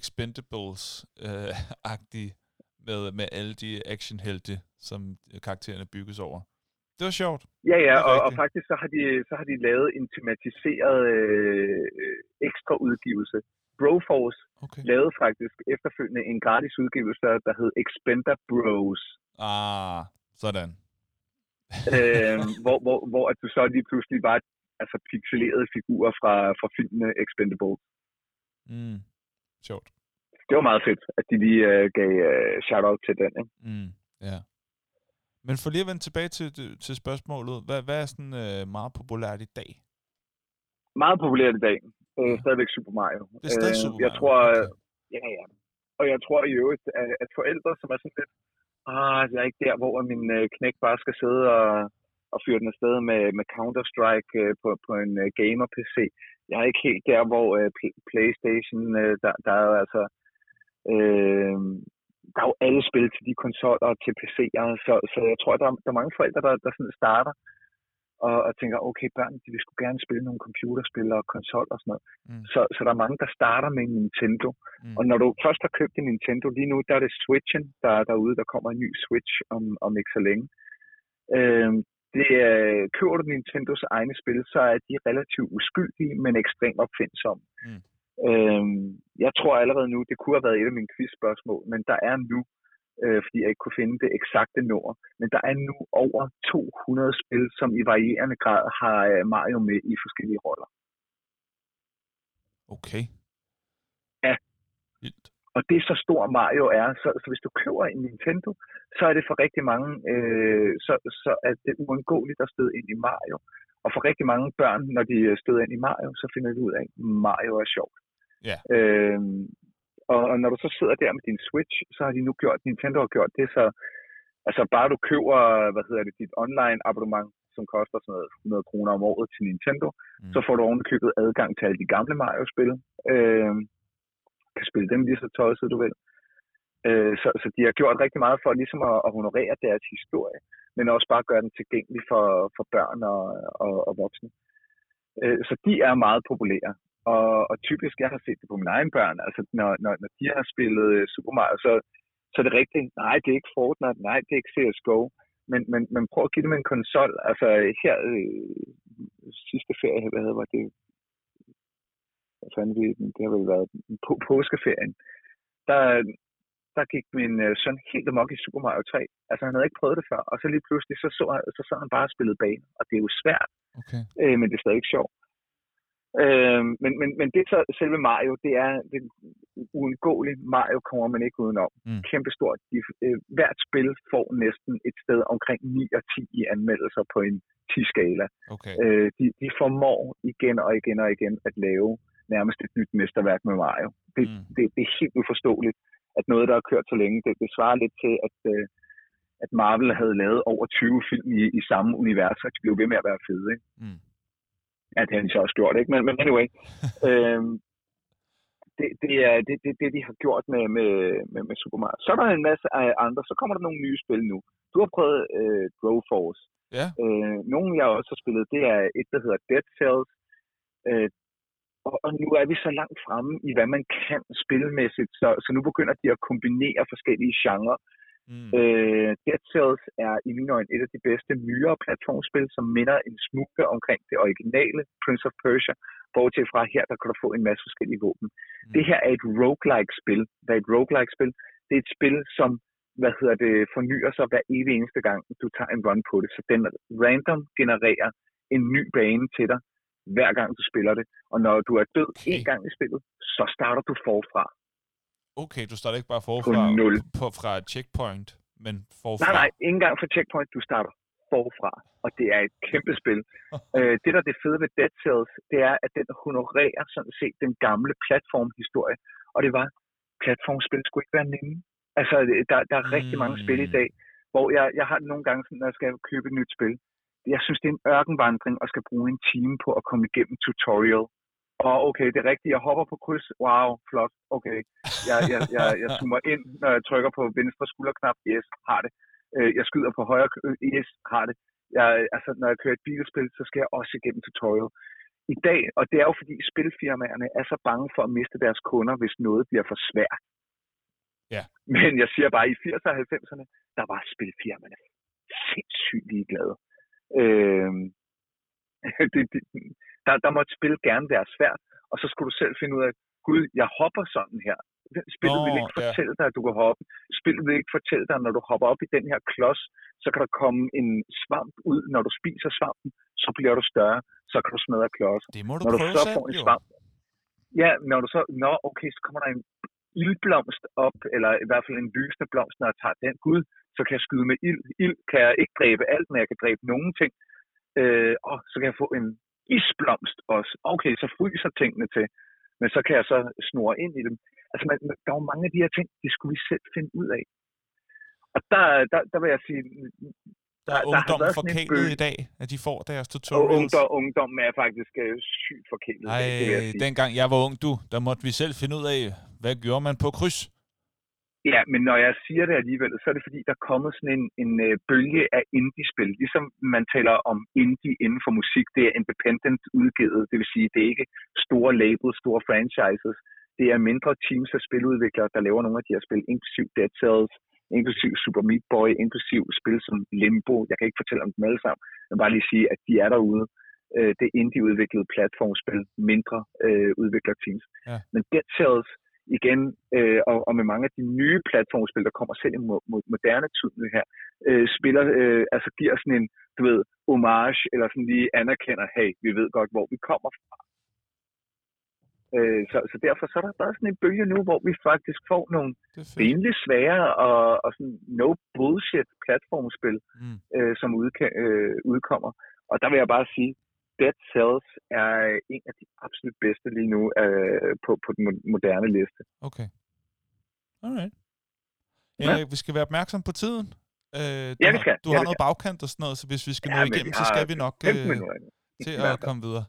Expendables-agtig øh, med, med alle de actionhelte, som karaktererne bygges over. Det var sjovt. Ja, ja, og, og faktisk så har de, så har de lavet en tematiseret øh, ekstra udgivelse Broforce Okay. lavede faktisk efterfølgende en gratis udgivelse, der hed Expendabros. Ah, sådan. øh, hvor, hvor, hvor at du så lige pludselig var altså pixelerede figurer fra, fra filmene Expendables. Mm. Sjovt. Det var meget fedt, at de lige uh, gav uh, shout-out til den. Ikke? Mm. Ja. Men for lige at vende tilbage til, til spørgsmålet, hvad, hvad er sådan uh, meget populært i dag? Meget populært i dag. Uh, Ja. Stadigvæk Super Mario. Det er stadig uh, Super Mario? Jeg tror, okay. ja, ja. Og jeg tror i øvrigt, at, at forældre, som er sådan lidt, ah, jeg er ikke der, hvor min uh, knæk bare skal sidde og, og fyre den afsted med, med Counter-Strike uh, på, på en uh, gamer-P C. Jeg er ikke helt der, hvor uh, PlayStation, uh, der, der er altså, uh, der er jo alle spil til de konsoller og til P C'er, så, så jeg tror, der er, der er mange forældre, der, der sådan starter og, og tænker, okay, børn, de vil sgu gerne spille nogle computerspil og konsol og sådan noget. Mm. Så, så der er mange, der starter med en Nintendo. Mm. Og når du først har købt en Nintendo, lige nu, der er det Switchen, der er derude, der kommer en ny Switch om, om ikke så længe. Øh, det er, køber du Nintendos egne spil, så er de relativt uskyldige, men ekstremt opfindsomme. Mm. Øh, jeg tror allerede nu, det kunne have været et af mine quizspørgsmål, men der er nu, øh, fordi jeg ikke kunne finde det eksakte nummer, men der er nu over to hundrede spil, som i varierende grad har Mario med i forskellige roller. Okay. Ja. Vildt. Og det er så stor Mario er, så, så hvis du køber en Nintendo, så er det for rigtig mange, øh, så, så er det uundgåeligt at støde ind i Mario. Og for rigtig mange børn, når de støder ind i Mario, så finder de ud af, at Mario er sjovt. Ja. Øh, og, og når du så sidder der med din Switch, så har de nu gjort, Nintendo har gjort det, så altså bare du køber, hvad hedder det, dit online abonnement, som koster sådan noget hundrede kroner om året til Nintendo, mm. så får du ovenikøbet adgang til alle de gamle Mario-spil. Øh, kan spille dem lige så tosset, du vil. Øh, så, så de har gjort rigtig meget for ligesom at, at honorere deres historie, men også bare gøre den tilgængelig for, for børn og, og, og voksne. Øh, så de er meget populære. Og, og typisk, jeg har set det på mine egne børn, altså når, når, når de har spillet Super Mario, så, så er det rigtigt, nej, det er ikke Fortnite, nej, det er ikke C S G O, men, men, men prøv at give dem en konsol. Altså her øh, sidste ferie, hvad hedder det, hvad fanden vi, det har vel været på påskeferien, der, der gik min søn helt amok i Super Mario tre. Altså han havde ikke prøvet det før, og så lige pludselig, så så, så, så han bare spillet bane, og det er jo svært, okay. øh, men det er stadig ikke sjovt. Øh, men, men, men det så selve Mario, det er, det er uundgåeligt. Mario kommer man ikke udenom. Mm. Kæmpestort. De, øh, hvert spil får næsten et sted omkring ni og ti i anmeldelser på en ti-skala. Okay. Øh, de, de formår igen og igen og igen at lave nærmest et nyt mesterværk med Mario. Det, mm. det, det er helt uforståeligt, at noget, der har kørt så længe, det, det svarer lidt til, at, øh, at Marvel havde lavet over tyve film i, i samme univers, og de blev ved med at være fede, ikke? Mm. Ja, det har de så også gjort, ikke? Men, men anyway, øhm, det, det er det, det, det, de har gjort med, med, med, med Super Mario. Så er der en masse andre, så kommer der nogle nye spil nu. Du har prøvet øh, Broforce. Ja. Øh, nogle, jeg også har spillet, det er et, der hedder Dead Cells. Øh, og, og nu er vi så langt fremme i, hvad man kan spilmæssigt, så, så nu begynder de at kombinere forskellige genrer. Mm. Øh, Dead Cells er i mine øjne et af de bedste nyere platformspil, som minder en smule omkring det originale Prince of Persia, bortset fra her, der kan du få en masse forskellige våben. Mm. Det her er et roguelike-spil. Hvad er et roguelike-spil? Det er et spil, som hvad hedder det, fornyer sig hver evig eneste gang, du tager en run på det. Så den random genererer en ny bane til dig, hver gang du spiller det. Og når du er død okay. en gang i spillet, så starter du forfra. Okay, du starter ikke bare forfra på nul. På, fra et checkpoint, men forfra? Nej, nej, ikke engang fra checkpoint, du starter forfra. Og det er et kæmpe spil. øh, det, der er det fede ved Dead Cells, det er, at den honorerer sådan set den gamle platformhistorie. Og det var, platformspil skulle ikke være nemme. Altså, der, der er mm. rigtig mange spil i dag, hvor jeg, jeg har det nogle gange, når jeg skal købe et nyt spil. Jeg synes, det er en ørkenvandring, og skal bruge en time på at komme igennem tutorial. Og okay, det er rigtigt, jeg hopper på kryds. Wow, flot. Okay, jeg, jeg, jeg, jeg zoomer ind, når jeg trykker på venstre skulderknap. Yes, har det. Jeg skyder på højre. Yes, har det. Jeg, altså, når jeg kører et bilspil, så skal jeg også igennem tutorial. I dag, og det er jo fordi spilfirmaerne er så bange for at miste deres kunder, hvis noget bliver for svært. Ja. Men jeg siger bare, i firserne og halvfemserne, der var spilfirmaerne sindssygt ligeglade. Øh, det, det, der, der måtte spil gerne være svært, og så skulle du selv finde ud af, gud, jeg hopper sådan her. Spillet Nå, vil ikke fortælle ja. dig, at du kan hoppe. Spillet vil ikke fortælle dig, at når du hopper op i den her klods, så kan der komme en svamp ud. Når du spiser svampen, så bliver du større. Så kan du smadre klodser. Det må du når prøve du så selv, får en jo. svamp, ja, når du så, nå, okay, så kommer der en ildblomst op, eller i hvert fald en lysende blomst, når jeg tager den. Gud, så kan jeg skyde med ild. Ild kan jeg ikke dræbe alt, men jeg kan dræbe nogen ting. Øh, og så kan jeg få en isblomst også. Okay, så fryser tingene til. Men så kan jeg så snurre ind i dem. Altså, man, der er jo mange af de her ting, det skulle vi selv finde ud af. Og der, der, der vil jeg sige... Der er ungdommen forkælet i dag, at de får deres tutorials. Og ungdom, ungdommen er faktisk øh, sygt forkælet. Nej, dengang jeg var ung, du, der måtte vi selv finde ud af, hvad gjorde man på kryds? Ja, men når jeg siger det alligevel, så er det fordi, der er kommet sådan en, en uh, bølge af indie-spil. Ligesom man taler om indie inden for musik, det er independent udgivet, det vil sige, det er ikke store labels, store franchises. Det er mindre teams af spiludviklere, der laver nogle af de her spil, inklusiv Dead Cells, inklusiv Super Meat Boy, inklusiv spil som Limbo. Jeg kan ikke fortælle om dem alle sammen, men bare lige sige, at de er derude. Uh, det er indie-udviklede platformspil, mindre uh, udviklerteams. Ja. Men Dead Cells igen, øh, og, og med mange af de nye platformspil, der kommer selv i mo- mo- moderne tid nu her, øh, spiller, øh, altså giver sådan en, du ved, homage, eller sådan lige anerkender, hey, vi ved godt, hvor vi kommer fra. Øh, så, så derfor så er der bare sådan en bølge nu, hvor vi faktisk får nogle rimelig svære og, og sådan no bullshit platformspil, mm. øh, som udka- øh, udkommer. Og der vil jeg bare sige, Dead Cells er en af de absolut bedste lige nu øh, på, på den moderne liste. Okay. Alright. Ja. Øh, vi skal være opmærksom på tiden. Øh, du ja, vi skal. Har, du ja, har vi noget skal. bagkant og sådan noget, så hvis vi skal ja, nå igennem, så skal vi nok øh, til at komme videre.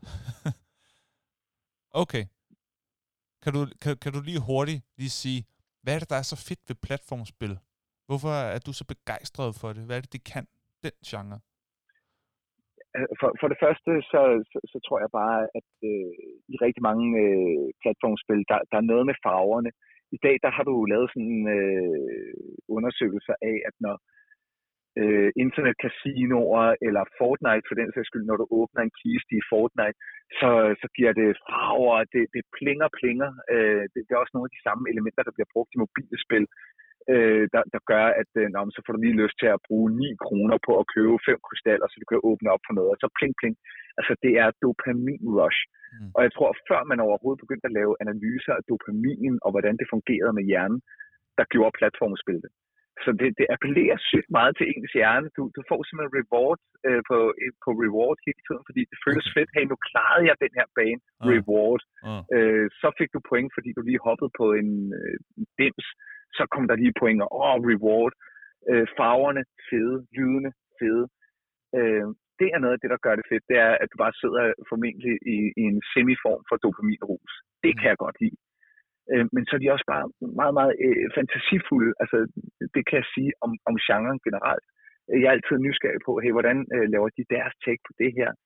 Okay. Kan du, kan, kan du lige hurtigt lige sige, hvad er det, der er så fedt ved platformspil? Hvorfor er du så begejstret for det? Hvad er det, det kan, den genre? For, for det første, så, så, så tror jeg bare, at øh, i rigtig mange øh, platformspil, der, der er noget med farverne. I dag, der har du lavet sådan øh, undersøgelser af, at når øh, internetcasinoer eller Fortnite, for den sags skyld, når du åbner en kiste i Fortnite, så, så giver det farver, det, det plinger, plinger. Øh, det, det er også nogle af de samme elementer, der bliver brugt i mobilspil. Øh, der, der gør, at øh, nå, så får du lige lyst til at bruge ni kroner på at købe fem krystaller, så du kan åbne op for noget. Og så pling, pling. Altså, det er dopamin-rush. Mm. Og jeg tror, før man overhovedet begyndte at lave analyser af dopaminen, og hvordan det fungerede med hjernen, der gjorde platformspillet. Så det, det appellerer sygt meget til ens hjerne. Du, du får simpelthen reward øh, på, på reward hele tiden, fordi det føles okay. fedt. Hey, nu klarede jeg den her bane. Uh. Reward. Uh. Øh, så fik du point, fordi du lige hoppede på en øh, dims. Så kom der lige pointer. Åh, oh, reward. Øh, farverne, fede. Lydene, fede. Øh, det er noget af det, der gør det fedt. Det er, at du bare sidder formentlig i, i en semiform for dopaminrus. Det kan jeg godt lide. Øh, men så er de også bare meget, meget øh, fantasifulde. Altså, det kan jeg sige om, om genren generelt. Jeg er altid nysgerrig på, hey, hvordan øh, laver de deres take på det her?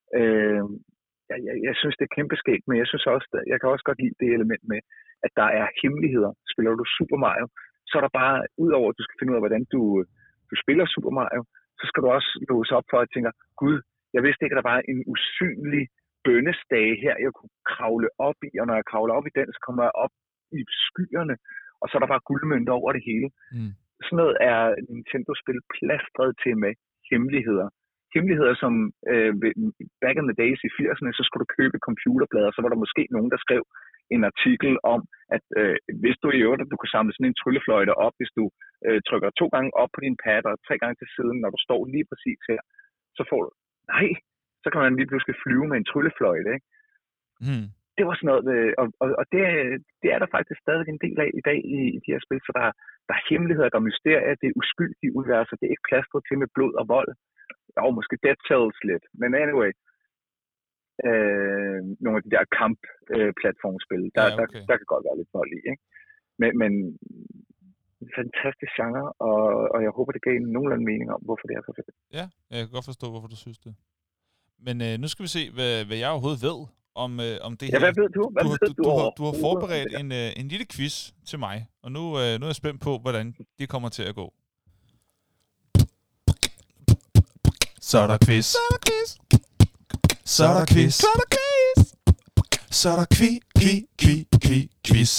Øh, jeg, jeg, jeg synes, det er kæmpe skægt, men jeg synes også, jeg kan også godt lide det element med, at der er hemmeligheder. Spiller du Super Mario, så er der bare, udover at du skal finde ud af, hvordan du, du spiller Super Mario, så skal du også låse op for at tænke, gud, jeg vidste ikke, at der var en usynlig bønnestage her, jeg kunne kravle op i, og når jeg kravler op i den, så kommer jeg op i skyerne, og så er der bare guldmønter over det hele. Mm. Sådan noget er Nintendo-spil plastret til med hemmeligheder. Hemmeligheder som øh, back in the days i firserne, så skulle du købe computerplader, så var der måske nogen, der skrev en artikel om, at øh, hvis du i øvrigt, at du kan samle sådan en tryllefløjte op, hvis du øh, trykker to gange op på din pad og tre gange til siden, når du står lige præcis her, så får du, nej, så kan man lige pludselig flyve med en tryllefløjte, ikke? Mm. Det var sådan noget, og, og, og det, det er der faktisk stadig en del af i dag i, i de her spil, så der, der er hemmeligheder, der er mysterier, det er uskyldige universer, det er ikke plastret til med blod og vold, og måske Dead Cells lidt, men anyway, øh, nogle af de der kamp-platformspil, der, ja, okay. der, der kan godt være lidt vold i, ikke? Men, men fantastisk genre, og, og jeg håber, det gav nogenlunde mening om, hvorfor det er så fedt. Ja, jeg kan godt forstå, hvorfor du synes det. Men øh, nu skal vi se, hvad, hvad jeg overhovedet ved om, øh, om det her. Ja, hvad ved du? Hvad du, ved du, du, du, har, du har forberedt en, øh, en lille quiz til mig, og nu, øh, nu er jeg spændt på, hvordan det kommer til at gå. Så er der quiz. Så er der quiz. Så er der quiz. Så er der kvi, kvi, kvi, kvi, quiz.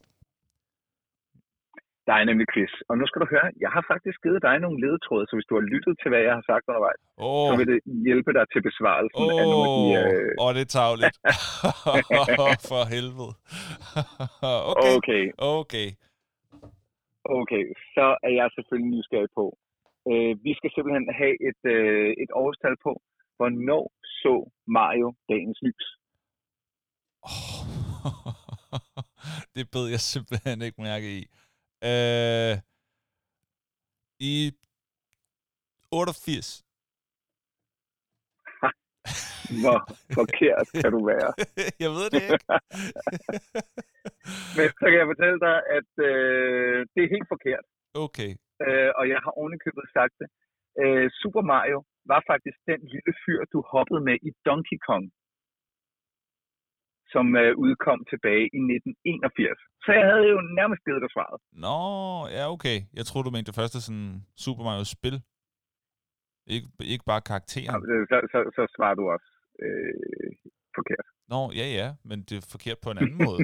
Der er nemlig quiz. Og nu skal du høre, jeg har faktisk givet dig nogle ledetråde, så hvis du har lyttet til, hvad jeg har sagt undervejs, oh. så vil det hjælpe dig til besvarelsen oh. af nogle af de... Øh... Åh, oh, det er tarveligt. For helvede. okay. okay. Okay. Okay, så er jeg selvfølgelig nysgerrig på. Uh, vi skal simpelthen have et, uh, et årstal på, hvornår så Mario dagens lys? Oh. Det bed jeg simpelthen ikke mærke i. Uh, I otteogfirs. Hvor forkert kan du være? Jeg ved det ikke. Men så kan jeg fortælle dig, at øh, det er helt forkert. Okay. Øh, og jeg har ovenikøbet sagt det. Øh, Super Mario var faktisk den lille fyr, du hoppede med i Donkey Kong, som øh, udkom tilbage i nitten enogfirs. Så jeg havde jo nærmest givet dig svaret. Nå, ja okay. Jeg troede, du mente det første sådan Super Mario-spil. Ikke, ikke bare karakteren. Ja, så, så, så svarer du også øh, forkert. Nå, ja ja, men det er forkert på en anden måde.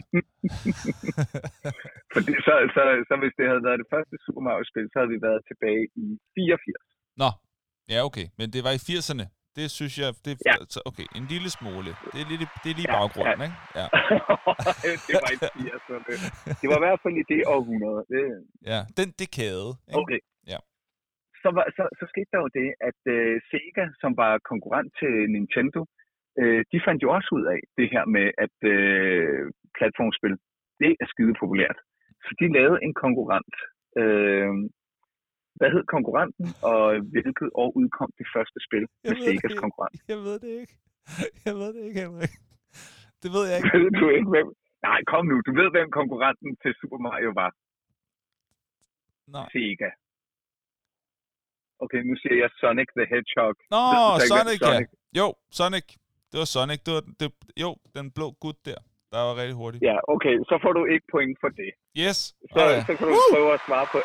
Fordi så, så, så hvis det havde været det første Super Mario-spil, så havde vi været tilbage i fireogfirs. Nå, ja okay, men det var i firserne. Det synes jeg, det ja. Okay, en lille smule. Det er lige, det er lige ja, baggrunden, ja. Ikke? Ja. Det var i firserne. Det var i hvert fald i det århundrede. Det... Ja, den dekade. Ikke? Okay. Ja. Så, var, så, så skete der jo det, at uh, Sega, som var konkurrent til Nintendo, uh, de fandt jo også ud af det her med, at uh, platformspil, det er skide populært. Så de lavede en konkurrent. Uh, hvad hed konkurrenten, og hvilket år udkom det første spil med Segas konkurrent? Jeg ved det ikke. Jeg ved det ikke, Henrik. Det ved jeg ikke. Ved du ikke, hvem? Nej, kom nu. Du ved, hvem konkurrenten til Super Mario var. Nej. Sega. Okay, nu siger jeg Sonic the Hedgehog. Nå, Sonic, Sonic, ja. Jo, Sonic. Det var Sonic. Det var, det, jo, den blå gut der. Der var rigtig hurtigt. Ja, okay. Så får du ikke point for det. Yes. Så, okay. så kan du Woo! prøve at svare på...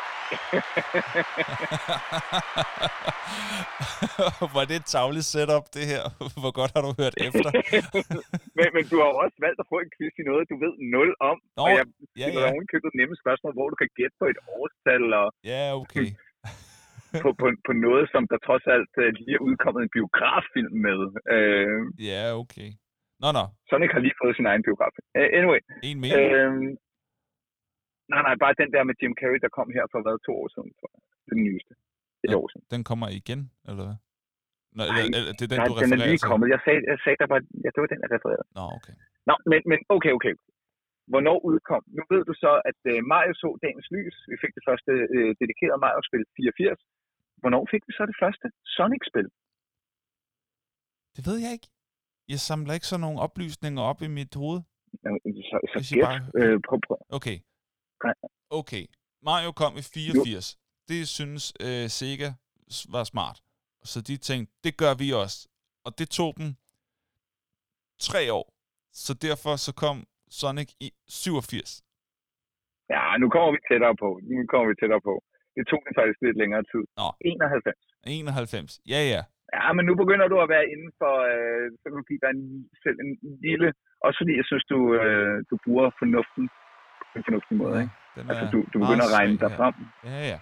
Var det et tavligt setup, det her? Hvor godt har du hørt efter? men, men du har jo også valgt at få en quiz i noget, du ved nul om. Nå, og jeg ja, ja. har ovenkøbet nemme spørgsmål, hvor du kan gætte på et årstal. Og ja, okay. på, på, på noget, som der trods alt lige er udkommet en biograffilm med. Uh, ja, okay. Nå, nå. Sonic har lige fået sin egen biograf. Uh, anyway. En mere? Uh, nej, nej, bare den der med Jim Carrey, der kom her for hvad, to år siden, tror jeg. Den nyeste. Et ja, år siden. Den kommer igen, eller hvad? Nå, nej, eller, eller, det er den, nej, du den er lige til. kommet. Jeg sagde, jeg sagde der var, ja, det var den, jeg refererede. Nå, okay. Nå, men, men okay, okay. Hvornår udkom? Nu ved du så, at uh, Mario så dagens lys. Vi fik det første uh, dedikerede Mario-spil fireogfirs. Hvornår fik vi så det første Sonic-spil? Det ved jeg ikke. Jeg samler ikke sådan nogle oplysninger op i mit hoved. Så, så gæt. Bare... Øh, prøv, prøv. Okay. Okay. Mario kom i fireogfirs. Jo. Det synes øh, Sega var smart. Så de tænkte, det gør vi også. Og det tog dem tre år. Så derfor så kom Sonic i syvogfirs. Ja, nu kommer vi tættere på. Nu kommer vi tættere på. Det tog det faktisk lidt længere tid. Nå. enoghalvfems. enoghalvfems. Ja, ja. Ja, men nu begynder du at være inden for, øh, så kan du give dig en, selv en lille, også fordi jeg synes, du, øh, du bruger fornuften på en fornuftig måde, ja, ikke? Altså, du, du begynder at regne dig frem. Ja, ja.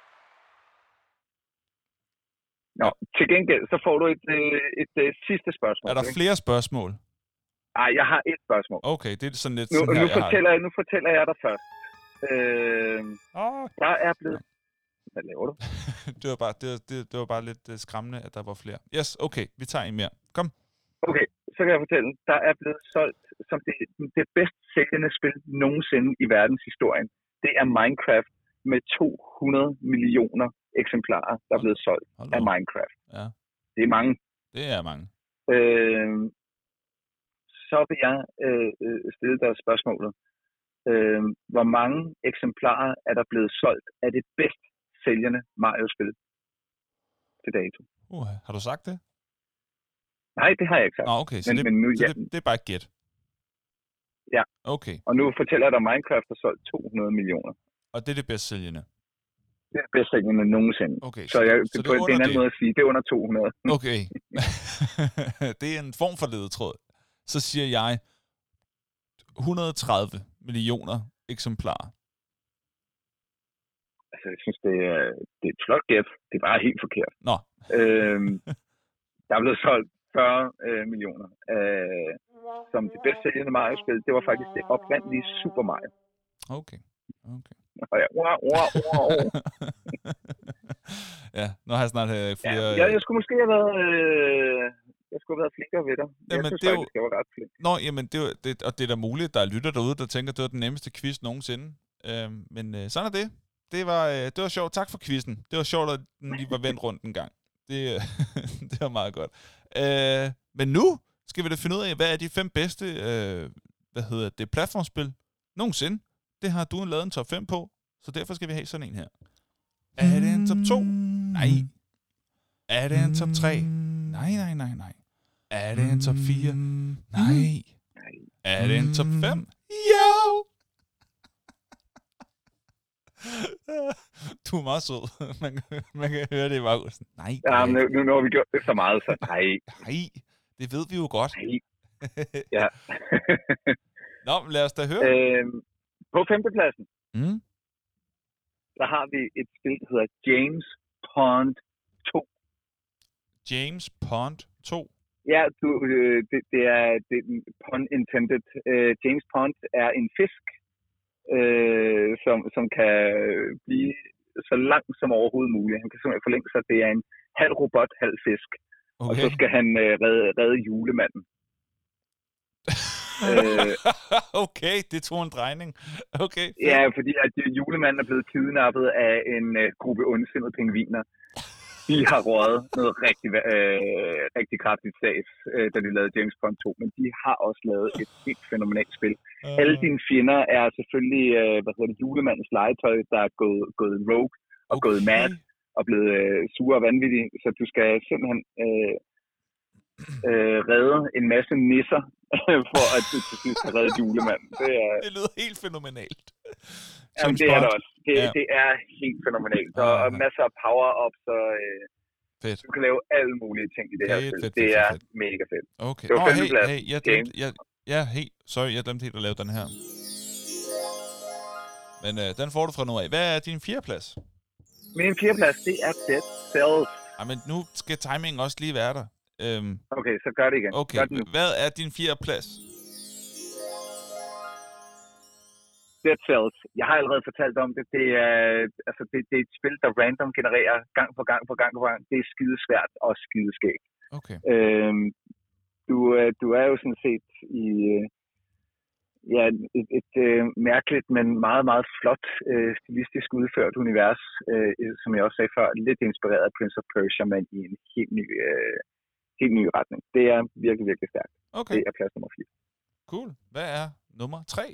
Nå, til gengæld, så får du et, et, et, et sidste spørgsmål. Er der ikke? flere spørgsmål? Nej, jeg har et spørgsmål. Okay, det er sådan lidt nu, sådan her, nu jeg fortæller, har jeg, Nu fortæller jeg dig først. Øh, oh. Der er blevet... Hvad laver du? det, var bare, det, det, det var bare lidt uh, skræmmende, at der var flere. Yes, okay, vi tager en mere. Kom. Okay, så kan jeg fortælle. Der er blevet solgt som det, det bedst sælgende spil nogensinde i verdenshistorien. Det er Minecraft med to hundrede millioner eksemplarer, der er blevet solgt Hold af Minecraft. Ja. Det er mange. Det er mange. Øh, så vil jeg øh, stille dig spørgsmålet. Øh, hvor mange eksemplarer er der blevet solgt af det bedst sælgende Mario-spil til dato? Uh, har du sagt det? Nej, det har jeg ikke sagt. Nå, okay, så, men, det, men nu, så ja. det, det er bare et gæt. Ja. Okay. Og nu fortæller jeg dig, at Minecraft har solgt to hundrede millioner. Og det er det bedst sælgende? Det er det bedst sælgende nogensinde. Okay, så, så, jeg, så det, det er det er en anden det. måde at sige, det er under to hundrede. Okay. Det er en form for ledetråd. Så siger jeg et hundrede og tredive millioner eksemplarer. Altså, jeg synes, det er, det er et flot gæt. Det er bare helt forkert. Nå. øhm, der er blevet solgt fyrre øh, millioner. Øh, som det bedst sælgende Mario-spil, det var faktisk det oprindelige Super Mario. Okay. Okay. Og ja, wow, wow, wow. Ja, nu har jeg snart øh, flere... Ja, jeg, jeg skulle måske have været... Øh, jeg skulle have været flinkere ved dig. Jeg jamen, synes det faktisk, jo... jeg var ret flink. Nå, jamen, det, er, det, og det er da muligt, der er lytter derude, der tænker, det var den nemmeste quiz nogensinde. Øh, men øh, sådan er det. Det var, øh, det var sjovt. Tak for quizzen. Det var sjovt, at den lige var vendt rundt en gang. Det, det var meget godt. Øh, men nu skal vi da finde ud af, hvad er de fem bedste øh, hvad hedder det, platformspil nogensinde. Det har du lavet en top fem på, så derfor skal vi have sådan en her. Er det en top to? Nej. Er det en top tre? Nej, nej, nej, nej. Er det en top fire? Nej. Er det en top fem? Jo! Du er meget sød. Man, man kan høre det i baggrunden. Nej. Ja, nu, nu, nu har vi gjort det så meget, så nej. Nej, det ved vi jo godt. Nej. Ja. Nå, lad os da høre. Øhm, på femtepladsen, mm. der har vi et spil, der hedder James Pond to. James Pond to? Ja, du, øh, det, det er det, pun intended. Øh, James Pond er en fisk, øh, som, som kan blive så lang som overhovedet muligt. Han kan simpelthen forlænge sig. Det er en halv robot, halv fisk. Okay. Og så skal han øh, redde, redde julemanden. øh, okay, det tog en drejning. Okay. Ja, fordi at julemanden er blevet kidnappet af en øh, gruppe ondsindede pingviner. De har røget noget rigtig, øh, rigtig kraftigt sags, øh, da de lavede James Bond to, men de har også lavet et helt fænomenalt spil. Uh. Alle dine fjender er selvfølgelig øh, hvad hedder det, julemandens legetøj, der er gået, gået rogue og okay. gået mad og blevet øh, sure og vanvittige, så du skal simpelthen øh, øh, redde en masse nisser, for at du til sidst har reddet julemanden. Det, er, det lyder helt fænomenalt. Jamen, det er det også. Det, ja. det er helt fænomenalt. Og, og masser af power-ups, og øh, fedt. Du kan lave alle mulige ting i det her spil. Det er fedt. Mega fedt. Okay. Det var oh, hey, plads. hey, jeg glemte, jeg, ja, hey, sorry, jeg glemte helt at lave den her. Men øh, den får du fra nu af. Hvad er din fjerdeplads? Min fjerdeplads, det er Dead Cells. Ej, men nu skal timingen også lige være der. Øhm, okay, så gør det igen. Okay, hvad er din fjerdeplads? Dead Cells. Jeg har allerede fortalt om det. Det er, altså det, det er et spil, der random genererer gang på gang på gang på gang. Det er skidesvært og skideskægt. Okay. Øhm, du, du er jo sådan set i ja, et, et, et mærkeligt, men meget, meget flot øh, stilistisk udført univers, øh, som jeg også sagde før, lidt inspireret af Prince of Persia, men i en helt ny, øh, helt ny retning. Det er virkelig, virkelig stærkt. Okay. Det er plads nummer fire. Cool. Hvad er nummer tre?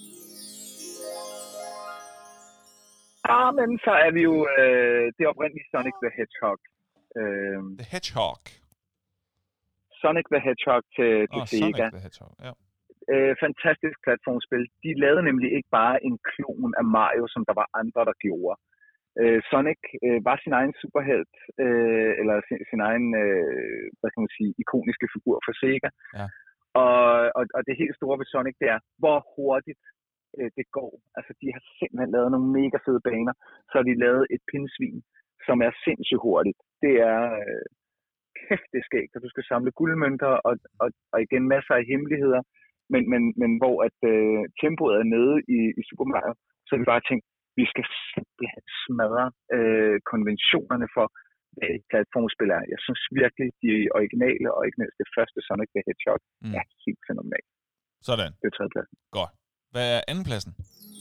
Ah, men så er vi jo øh, det oprindelige Sonic the Hedgehog. Øh, the Hedgehog? Sonic the Hedgehog til, til oh, Sega. Sonic the Hedgehog, ja. Øh, fantastisk platformspil. De lavede nemlig ikke bare en klon af Mario, som der var andre, der gjorde. Øh, Sonic øh, var sin egen superhelt, øh, eller sin, sin egen, øh, hvad kan man sige, ikoniske figur for Sega. Ja. Og, og, og det helt store ved Sonic, det er, hvor hurtigt øh, det går. Altså, de har simpelthen lavet nogle mega fede baner. Så har de lavet et pindsvin, som er sindssygt hurtigt. Det er øh, kæft, det skægt, at du skal samle guldmønter, og, og, og igen masser af hemmeligheder. Men, men, men hvor at øh, tempoet er nede i, i Super Mario, så er vi bare tænkt, vi skal simpelthen smadre øh, konventionerne for, hvad et platformspil er. Jeg synes virkelig, de originale, og ikke mindst det første Sonic the Hedgehog, mm. er helt fænomenalt. Sådan. Det er tredjepladsen. Godt. Hvad er andenpladsen?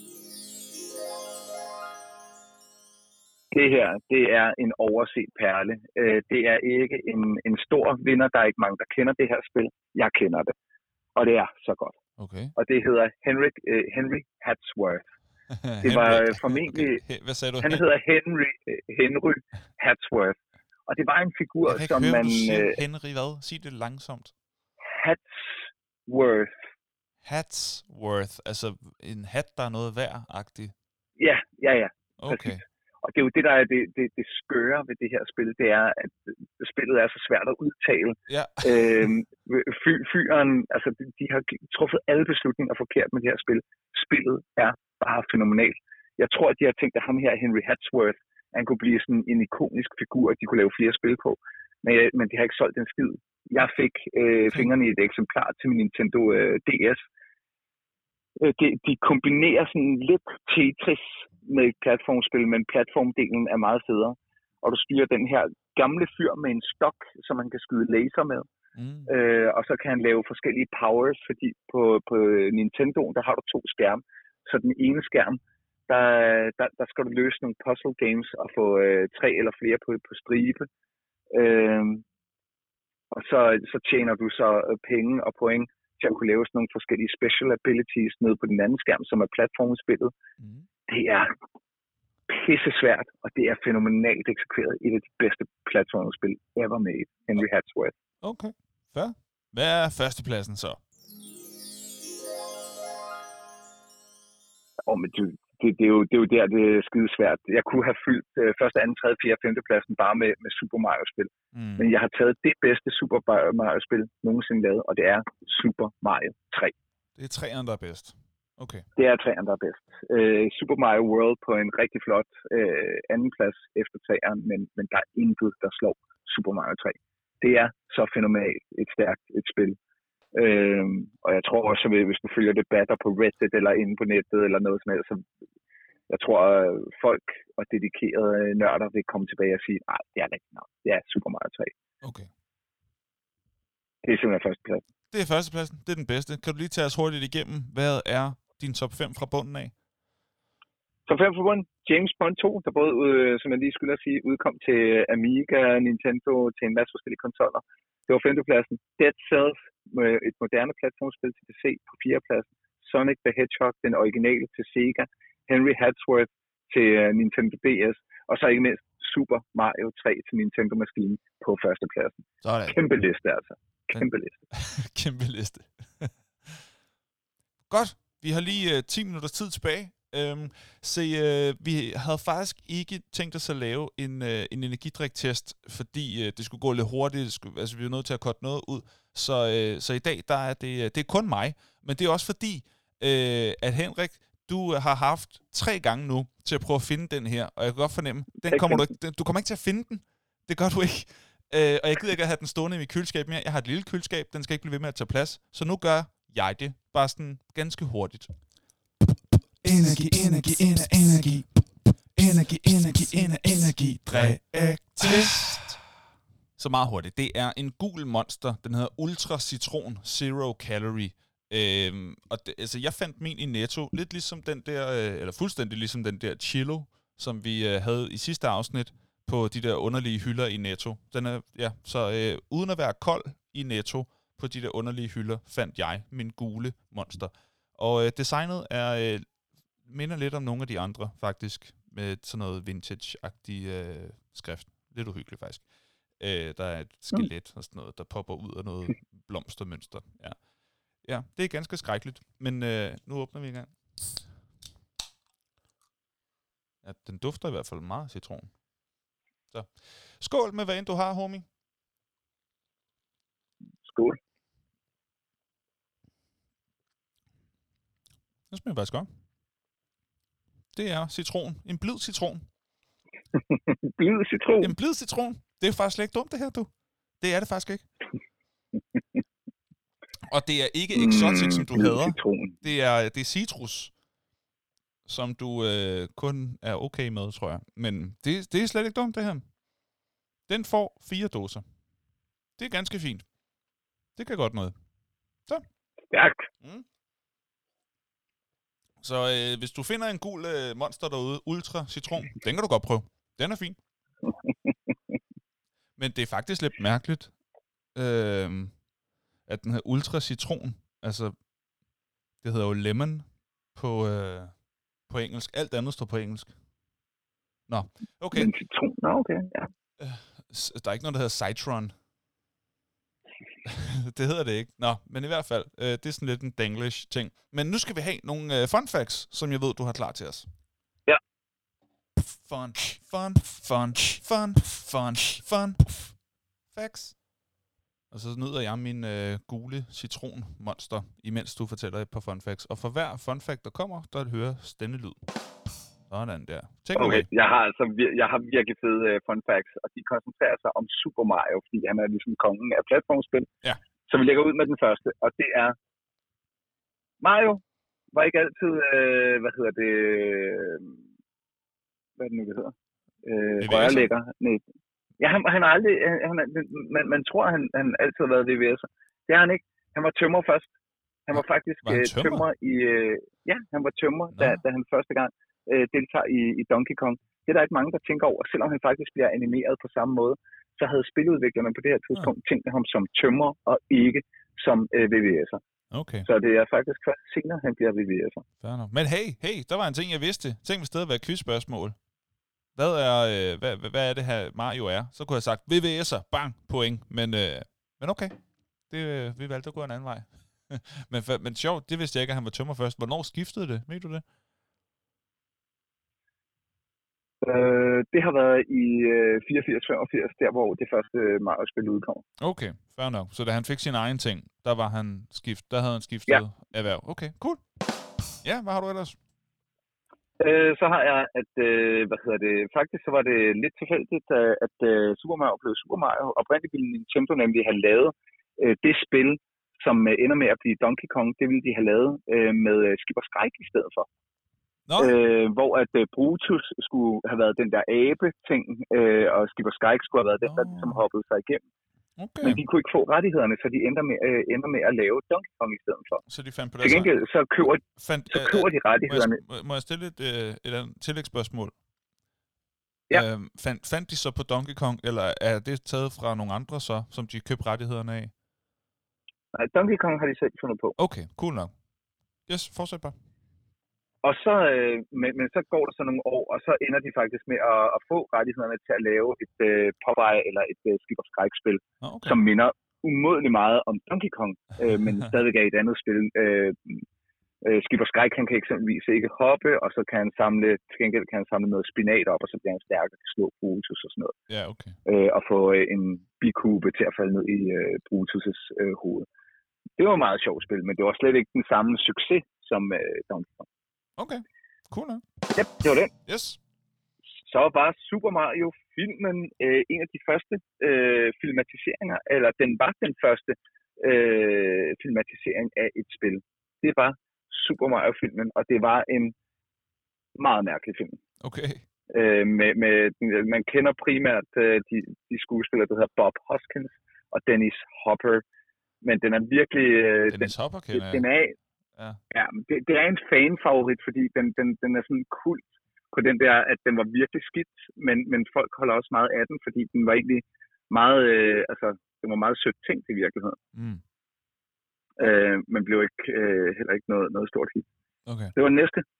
Det her, det er en overset perle. Øh, det er ikke en, en stor vinder. Der er ikke mange, der kender det her spil. Jeg kender det. Og det er så godt. Okay. Og det hedder Henry, uh, Henry Hatsworth. Det var formentlig... Okay. Hvad sagde du? Han hedder Henry, uh, Henry Hatsworth. Og det var en figur, jeg som høre, man... Uh, Henry hvad? Sig det langsomt. Hatsworth. Hatsworth. Altså en hat, der er noget værd-agtig. Ja, ja, ja. Okay. Præcis. Og det er jo det, der er det, det, det skøre ved det her spil, det er, at spillet er så svært at udtale. Ja. øhm, fy, fyren, altså de, de har truffet alle beslutninger forkert med det her spil. Spillet er bare fænomenalt. Jeg tror, at de har tænkt, at ham her, Henry Hadsworth, han kunne blive sådan en ikonisk figur, at de kunne lave flere spil på. Men, men de har ikke solgt den skid. Jeg fik øh, fingrene i et eksemplar til min Nintendo øh, D S. De, de kombinerer sådan lidt Tetris med et platformspil, men platformdelen er meget federe. Og du styrer den her gamle fyr med en stok, som man kan skyde laser med. Mm. Øh, og så kan han lave forskellige powers, fordi på, på Nintendo, der har du to skærme. Så den ene skærm, der, der, der skal du løse nogle puzzle games og få øh, tre eller flere på, på stribe. Øh, og så, så tjener du så penge og point til at kunne lave sådan nogle forskellige special abilities nede på den anden skærm, som er platformspillet. Mm. Det er pisse svært, og det er fænomenalt eksekveret. Et af de bedste platformspil ever made. Henry Hadsworth. Okay, fair. Hvad er førstepladsen så? Oh, men det, det, det, er jo, det er jo der, det er skide svært. Jeg kunne have fyldt uh, første, anden, tredje, fjerde, femte pladsen bare med, med Super Mario-spil. Mm. Men jeg har taget det bedste Super Mario-spil nogensinde lavet, og det er Super Mario tre. Det er treeren, der er bedst. Okay. Det er treeren, der er bedst. Uh, Super Mario World på en rigtig flot uh, anden plads efter treeren, men, men der er intet, der slår Super Mario tre. Det er så fænomenalt et stærkt et spil. Øhm, og jeg tror også, at hvis du følger debatter på Reddit eller inde på nettet eller noget som helst, så jeg tror, at folk og dedikerede nørder vil komme tilbage og sige, nej, det er rigtigt nok. Det er Super Mario tre. Okay. Det er simpelthen førstepladsen. Det er førstepladsen. Det er den bedste. Kan du lige tage os hurtigt igennem, hvad er din top fem fra bunden af? Top fem fra bunden. James Bond to, der både, øh, som jeg lige skulle sige, udkom til Amiga, Nintendo, til en masse forskellige konsoller. Det var femtepladsen. Dead Cells, med et moderne platformspil til P C på fjerdepladsen. Sonic the Hedgehog, den originale til Sega. Henry Hadsworth til uh, Nintendo D S. Og så ikke mindst Super Mario tre til Nintendo Maskine på førstepladsen. Sådan. Kæmpe liste altså. Kæmpe liste. Kæmpe liste. Godt. Vi har lige uh, ti minutter tid tilbage. Øhm, så øh, vi havde faktisk ikke tænkt os at lave en, øh, en energidriktest, fordi øh, det skulle gå lidt hurtigt, det skulle, altså vi er nødt til at korte noget ud, så, øh, så i dag der er det, det er kun mig, men det er også fordi, øh, at Henrik, du har haft tre gange nu til at prøve at finde den her, og jeg kan godt fornemme, den kommer du, ikke, den, du kommer ikke til at finde den, det gør du ikke, øh, og jeg gider ikke at have den stående i mit køleskab mere, jeg har et lille køleskab, den skal ikke blive ved med at tage plads, så nu gør jeg det, bare sådan ganske hurtigt. Energi, energi, energi, energi. Energi, energi, energi, energi. Driktest. Så meget hurtigt. Det er en gul monster. Den hedder Ultra Citron Zero Calorie. Øhm, og det, altså, jeg fandt min i Netto. Lidt ligesom den der, eller fuldstændig ligesom den der Chilo, som vi øh, havde i sidste afsnit på de der underlige hylder i Netto. Den er, ja, så øh, uden at være kold i Netto på de der underlige hylder, fandt jeg min gule monster. Og øh, designet er... Øh, minder lidt om nogle af de andre, faktisk, med sådan noget vintage-agtig øh, skrift. Lidt uhyggeligt, faktisk. Øh, der er et skelet og sådan noget, der popper ud af noget blomstermønster. Ja, ja, det er ganske skrækkeligt, men øh, nu åbner vi en gang. Ja, den dufter i hvert fald meget citron. Så, skål med hvad end du har, homie. Skål. Det smager faktisk godt. Det er citron. En blid citron. Blid citron? En blid citron. Det er faktisk slet ikke dumt, det her, du. Det er det faktisk ikke. Og det er ikke exotic, som du mm, hader. Citron. Det er, det er citrus, som du øh, kun er okay med, tror jeg. Men det, det er slet ikke dumt, det her. Den får fire dåser. Det er ganske fint. Det kan godt noget. Så. Stærkt. Mm. Så øh, hvis du finder en gul øh, monster derude, Ultra Citron, den kan du godt prøve. Den er fin. Men det er faktisk lidt mærkeligt, øh, at den her Ultra Citron, altså, det hedder jo lemon på, øh, på engelsk. Alt andet står på engelsk. Nå, okay. Men citron, nå okay, ja. Øh, der er ikke noget, der hedder citron. Det hedder det ikke. Nå, men i hvert fald, øh, det er sådan lidt en danglish ting. Men nu skal vi have nogle øh, fun facts, som jeg ved, du har klar til os. Ja. fun, fun, fun, fun, fun, fun, facts. Og så nyder jeg min øh, gule citronmonster, imens du fortæller et par fun facts. Og for hver fun fact, der kommer, der høres denne lyd. Sådan der. Take okay, away. jeg har altså vir- jeg har virkelig fede uh, fun facts, og de koncentrerer sig om Super Mario, fordi han er ligesom kongen af platformspil. Ja. Så vi lægger ud med den første, og det er Mario var ikke altid, øh, hvad hedder det, øh, hvad er det nu, det hedder? Øh, rørlægger. Nej. Ja, han, han har aldrig, han, man, man tror, han, han altid har været V V S'er. Det har han ikke. Han var tømrer først. Han var faktisk var han tømrer? tømrer i, øh, ja, han var tømrer, da, da han første gang øh, deltager i, i Donkey Kong. Det er der ikke mange, der tænker over, selvom han faktisk bliver animeret på samme måde, så havde spiludviklerne på det her tidspunkt ja. tænkt ham som tømrer og ikke som øh, V V S'er. Okay. Så det er faktisk først senere, han bliver V V S'er. Men hey, hey, der var en ting, jeg vidste. Tænk hvis det havde været quizspørgsmål. Hvad er, øh, hvad, hvad er det her Mario er? Så kunne jeg have sagt V V S'er, bang, point. Men, øh, men okay, det, øh, vi valgte at gå en anden vej. men, men sjovt, det vidste jeg ikke, at han var tømmer først. Hvornår skiftede det? Ved du det? Øh, det har været i øh, fireogfirs femogfirs, der hvor det første Mario-spil udkom. Okay, fair nok. Så da han fik sin egen ting, der var han skift, der havde han skiftet ja. erhverv. Okay, cool. Ja, hvad har du ellers? Øh, så har jeg, at, øh, hvad hedder det, faktisk så var det lidt tilfældigt, at øh, Super Mario blev Super Mario. Oprindeligt ville Nintendo nemlig have lavet øh, det spil, som øh, ender med at blive Donkey Kong, det ville de have lavet øh, med øh, Skipper Strike i stedet for. Øh, hvor at øh, Brutus skulle have været den der abe-ting, øh, og Skipper Strike skulle have været den, der ligesom hoppede sig igennem. Okay. Men de kunne ikke få rettighederne, så de ender med, øh, ender med at lave Donkey Kong i stedet for. Så de fandt på det. Til gengæld så køber, fandt, så køber øh, de rettighederne. Må jeg, må jeg stille et, øh, et andet tillægsspørgsmål? Ja. Øh, fandt, fandt de så på Donkey Kong, eller er det taget fra nogle andre så, som de købte rettighederne af? Nej, Donkey Kong har de selv fundet på. Okay, cool nok. Yes, fortsæt bare. Og så, øh, men, men så går der så nogle år, og så ender de faktisk med at, at få rettighederne til at lave et øh, Popeye eller et øh, Skipper Strike-spil, oh, okay. som minder umådeligt meget om Donkey Kong, øh, men stadigvæk er et andet spil. Øh, øh, Skipper Strike, han kan eksempelvis ikke hoppe, og så kan han samle, til gengæld kan han samle noget spinat op, og så bliver han stærkere og kan slå Brutus og sådan noget. Ja, okay. Øh, og få øh, en bikube til at falde ned i øh, Brutus' øh, hoved. Det var et meget sjovt spil, men det var slet ikke den samme succes som øh, Donkey Kong. Okay, cool nok. Ja, det var den. Yes. Så var Super Mario-filmen øh, en af de første øh, filmatiseringer, eller den var den første øh, filmatisering af et spil. Det var Super Mario-filmen, og det var en meget mærkelig film. Okay. Øh, med, med, man kender primært øh, de, de skuespillere, der hedder Bob Hoskins og Dennis Hopper, men den er virkelig... Øh, Dennis den, Hopper kender den er, Ja, ja det, det er en fan-favorit, fordi den, den, den er sådan kult på den der, at den var virkelig skidt, men, men folk holder også meget af den, fordi den var egentlig meget, øh, altså, den var meget sødt tænkt i virkeligheden. Mm. Øh, men blev ikke, øh, heller ikke noget, noget stort hit. Okay. Det var den næste.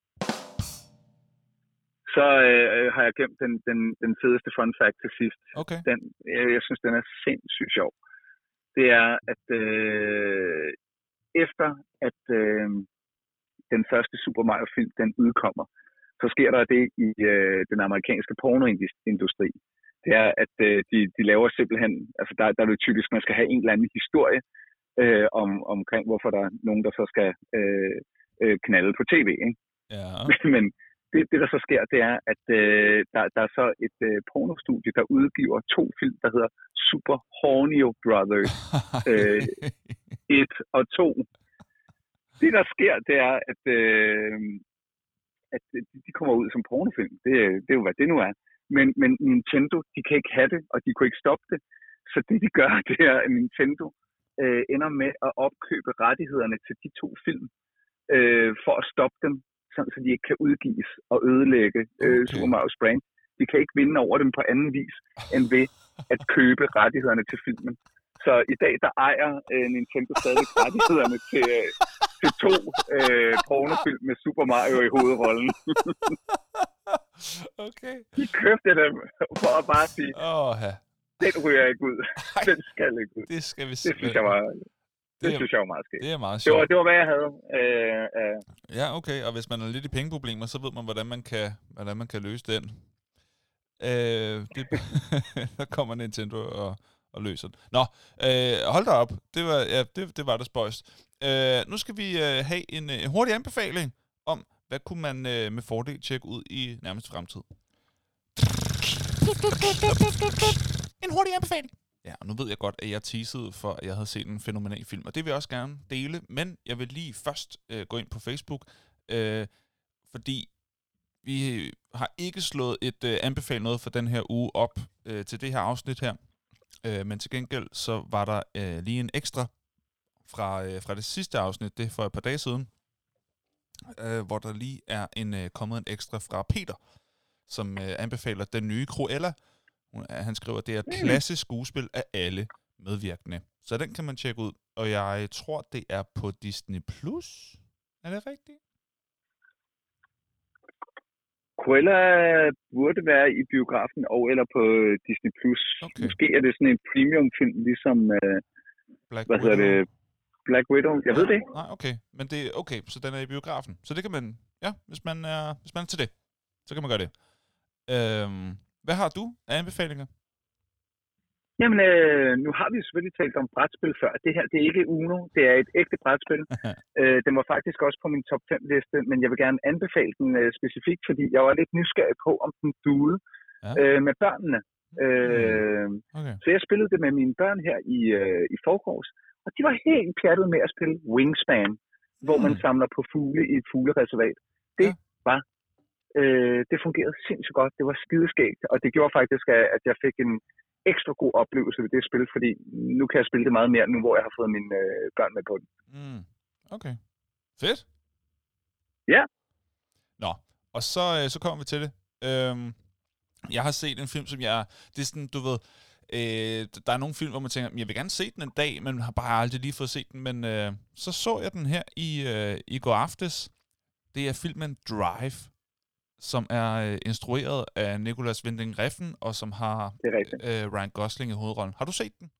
Så øh, har jeg gemt den, den, den fedeste fun fact til sidst. Okay. Den, jeg, jeg synes, den er sindssygt sjov. Det er, at øh, efter at øh, den første Super Mario-film, den udkommer, så sker der det i øh, den amerikanske pornoindustri. Det er, at øh, de, de laver simpelthen, altså der, der er det typisk, man skal have en eller anden historie øh, om, omkring, hvorfor der er nogen, der så skal øh, øh, knalde på tv. Ikke? Ja. Men det, det, der så sker, det er, at øh, der, der er så et øh, pornostudie, der udgiver to film, der hedder Super Hornio Brothers øh, et og to. Det, der sker, det er, at, øh, at de kommer ud som pornofilm. Det, det er jo, hvad det nu er. Men, men Nintendo, de kan ikke have det, og de kunne ikke stoppe det. Så det, de gør, det er, at Nintendo øh, ender med at opkøbe rettighederne til de to film, øh, for at stoppe dem, sådan, så de ikke kan udgives og ødelægge øh, okay. Super Mario's brand. De kan ikke vinde over dem på anden vis, end ved at købe rettighederne til filmen. Så i dag, der ejer øh, Nintendo stadig rettighederne til, øh, til to øh, pornofilm med Super Mario i hovedrollen. Okay. De købte dem for at bare sige, oh, ja. Den ryger ikke ud. Den skal ikke ud. Det skal vi Det synes jeg var, det, det synes jeg var meget skægt. Det er meget sjovt. Det var, det var, hvad jeg havde. Øh, øh. Ja, okay. Og hvis man er lidt i pengeproblemer, så ved man, hvordan man kan, hvordan man kan løse den. Øh, det, der kommer Nintendo og, og løser det. Nå, øh, hold da op. Det var, ja, det, det var det spøjst. Øh, nu skal vi øh, have en, en hurtig anbefaling om, hvad kunne man øh, med fordel tjekke ud i nærmeste fremtid. En hurtig anbefaling. Ja, og nu ved jeg godt, at jeg teasede for, at jeg havde set en fænomenal film, og det vil jeg også gerne dele, men jeg vil lige først øh, gå ind på Facebook, øh, fordi vi har ikke slået et øh, anbefale noget for den her uge op øh, til det her afsnit her, øh, men til gengæld så var der øh, lige en ekstra fra, øh, fra det sidste afsnit, det er for et par dage siden, øh, hvor der lige er en øh, kommet en ekstra fra Peter, som øh, anbefaler den nye Cruella. Han skriver, at det er et klassisk skuespil af alle medvirkende. Så den kan man tjekke ud. Og jeg tror, det er på Disney Plus. Er det rigtigt? Cruella burde være i biografen og eller på Disney Plus. Okay. Måske er det sådan en premium-film, ligesom uh, Black hvad Widow. hedder det? Black Widow. Jeg nej, ved det ikke. Nej, okay. Men det er okay, så den er i biografen. Så det kan man, ja, hvis man er, hvis man er til det, så kan man gøre det. Øhm, hvad har du af anbefalinger? Jamen, øh, nu har vi selvfølgelig talt om brætspil før. Det her, det er ikke Uno, det er et ægte brætspil. øh, den var faktisk også på min top fem liste, men jeg vil gerne anbefale den øh, specifikt, fordi jeg var lidt nysgerrig på, om den duede ja. øh, med børnene. Øh, okay. Så jeg spillede det med mine børn her i, øh, i forgårs, og de var helt pjattet med at spille Wingspan, mm. hvor man samler på fugle i et fuglereservat. Det ja. var, øh, det fungerede sindssygt godt, det var skideskægt, og det gjorde faktisk, at jeg fik en ekstra god oplevelse ved det spil, fordi nu kan jeg spille det meget mere, nu hvor jeg har fået mine øh, børn med på det. Mm. Okay. Fedt. Ja. Nå, og så, øh, så kommer vi til det. Øhm, jeg har set en film, som jeg... Det er sådan, du ved... Øh, der er nogle film, hvor man tænker, jeg vil gerne se den en dag, men har bare aldrig lige fået set den. Men øh, så så jeg den her i, øh, i går aftes. Det er filmen Drive, som er øh, instrueret af Nicolas Winding Refn, og som har øh, Ryan Gosling i hovedrollen. Har du set den?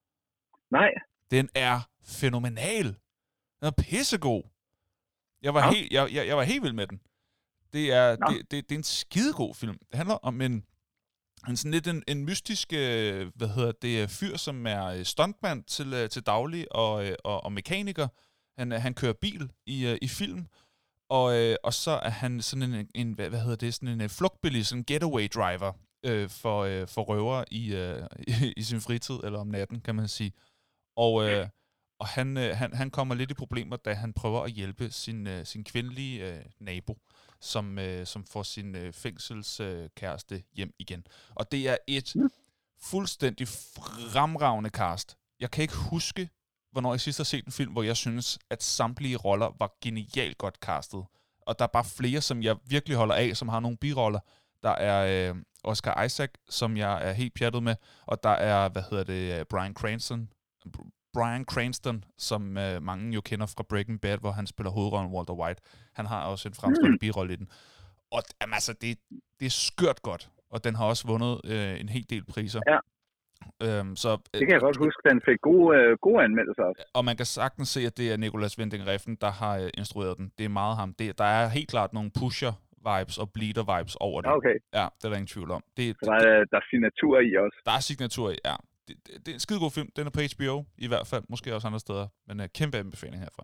Nej. Den er fænomenal. Den er pissegod. Jeg var, ja. helt, jeg, jeg, jeg var helt vild med den. Det er, det, det, det er en skidegod film. Det handler om en, en sådan lidt en, en mystisk øh, hvad hedder det, fyr, som er stuntman til, til daglig og, og, og mekaniker. Han, han kører bil i, i film. Og, øh, og så er han sådan en, en hvad, hvad hedder det, sådan en, en flugtbillig, sådan en getaway driver øh, for, øh, for røvere i, øh, i, i sin fritid, eller om natten, kan man sige. Og, øh, og han, øh, han, han kommer lidt i problemer, da han prøver at hjælpe sin, øh, sin kvindelige øh, nabo, som, øh, som får sin øh, fængselskæreste øh, hjem igen. Og det er et fuldstændig fremragende cast. Jeg kan ikke huske, hvornår jeg sidst har set en film, hvor jeg synes, at samtlige roller var genialt godt castet. Og der er bare flere, som jeg virkelig holder af, som har nogle biroller. Der er øh, Oscar Isaac, som jeg er helt pjattet med, og der er, hvad hedder det, Bryan Cranston, Bryan Cranston, som øh, mange jo kender fra Breaking Bad, hvor han spiller hovedrollen Walter White. Han har også en fremstående birolle i den. Og jamen, altså, det, det er skørt godt, og den har også vundet øh, en hel del priser. Ja. Øhm, så, det kan jeg godt huske, den fik gode, øh, gode anmeldelser også. Og man kan sagtens se, at det er Nicolas Winding Refn, der har øh, instrueret den. Det er meget ham. Det, der er helt klart nogle pusher-vibes og bleeder-vibes over det. Okay. Ja, det er der ingen tvivl om. Det, så der er, der er signatur i også? Der er signatur i, ja. Det, det, det er en skidegod film. Den er på H B O, i hvert fald. Måske også andre steder. Men uh, kæmpe anbefaling herfra.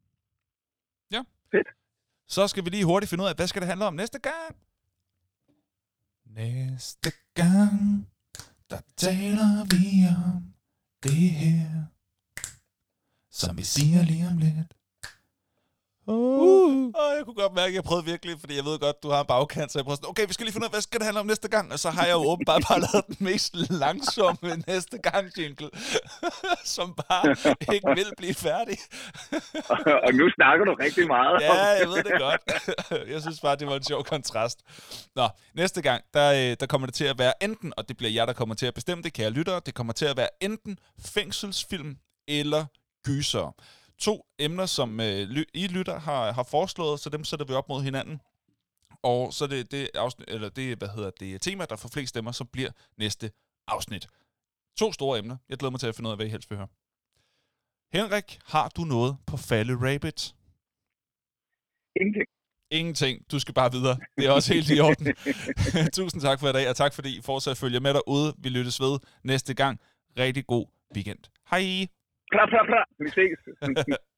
Ja. Fedt. Så skal vi lige hurtigt finde ud af, hvad skal det handle om næste gang? Næste gang, der taler vi om det her, som vi siger lige om lidt. Uh. Og jeg kunne godt mærke, at jeg prøvede virkelig, fordi jeg ved godt, du har en bagkant, så jeg prøvede sådan, okay, vi skal lige finde ud af, hvad skal det handle om næste gang? Og så har jeg jo åbenbart bare lavet den mest langsomme næste gang jingle, som bare ikke vil blive færdig. Og nu snakker du rigtig meget. Ja, jeg ved det godt. Jeg synes bare, det var en sjov kontrast. Nå, næste gang, der, der kommer det til at være enten, og det bliver jer, der kommer til at bestemme det, kære lyttere, det kommer til at være enten fængselsfilm eller gyser. To emner, som øh, I lytter har, har foreslået, så dem sætter vi op mod hinanden. Og så det, det, afsnit, eller det, hvad hedder det, tema, der får flest stemmer, så bliver næste afsnit. To store emner. Jeg glæder mig til at finde ud af, hvad I helst vil høre. Henrik, har du noget på Falde Rabbit? Ingenting. Ingenting. Du skal bare videre. Det er også helt i orden. Tusind tak for i dag, og tak fordi I fortsat følger med derude. Vi lyttes ved næste gang. Rigtig god weekend. Hej! Bla, bla, bla. Vi ses.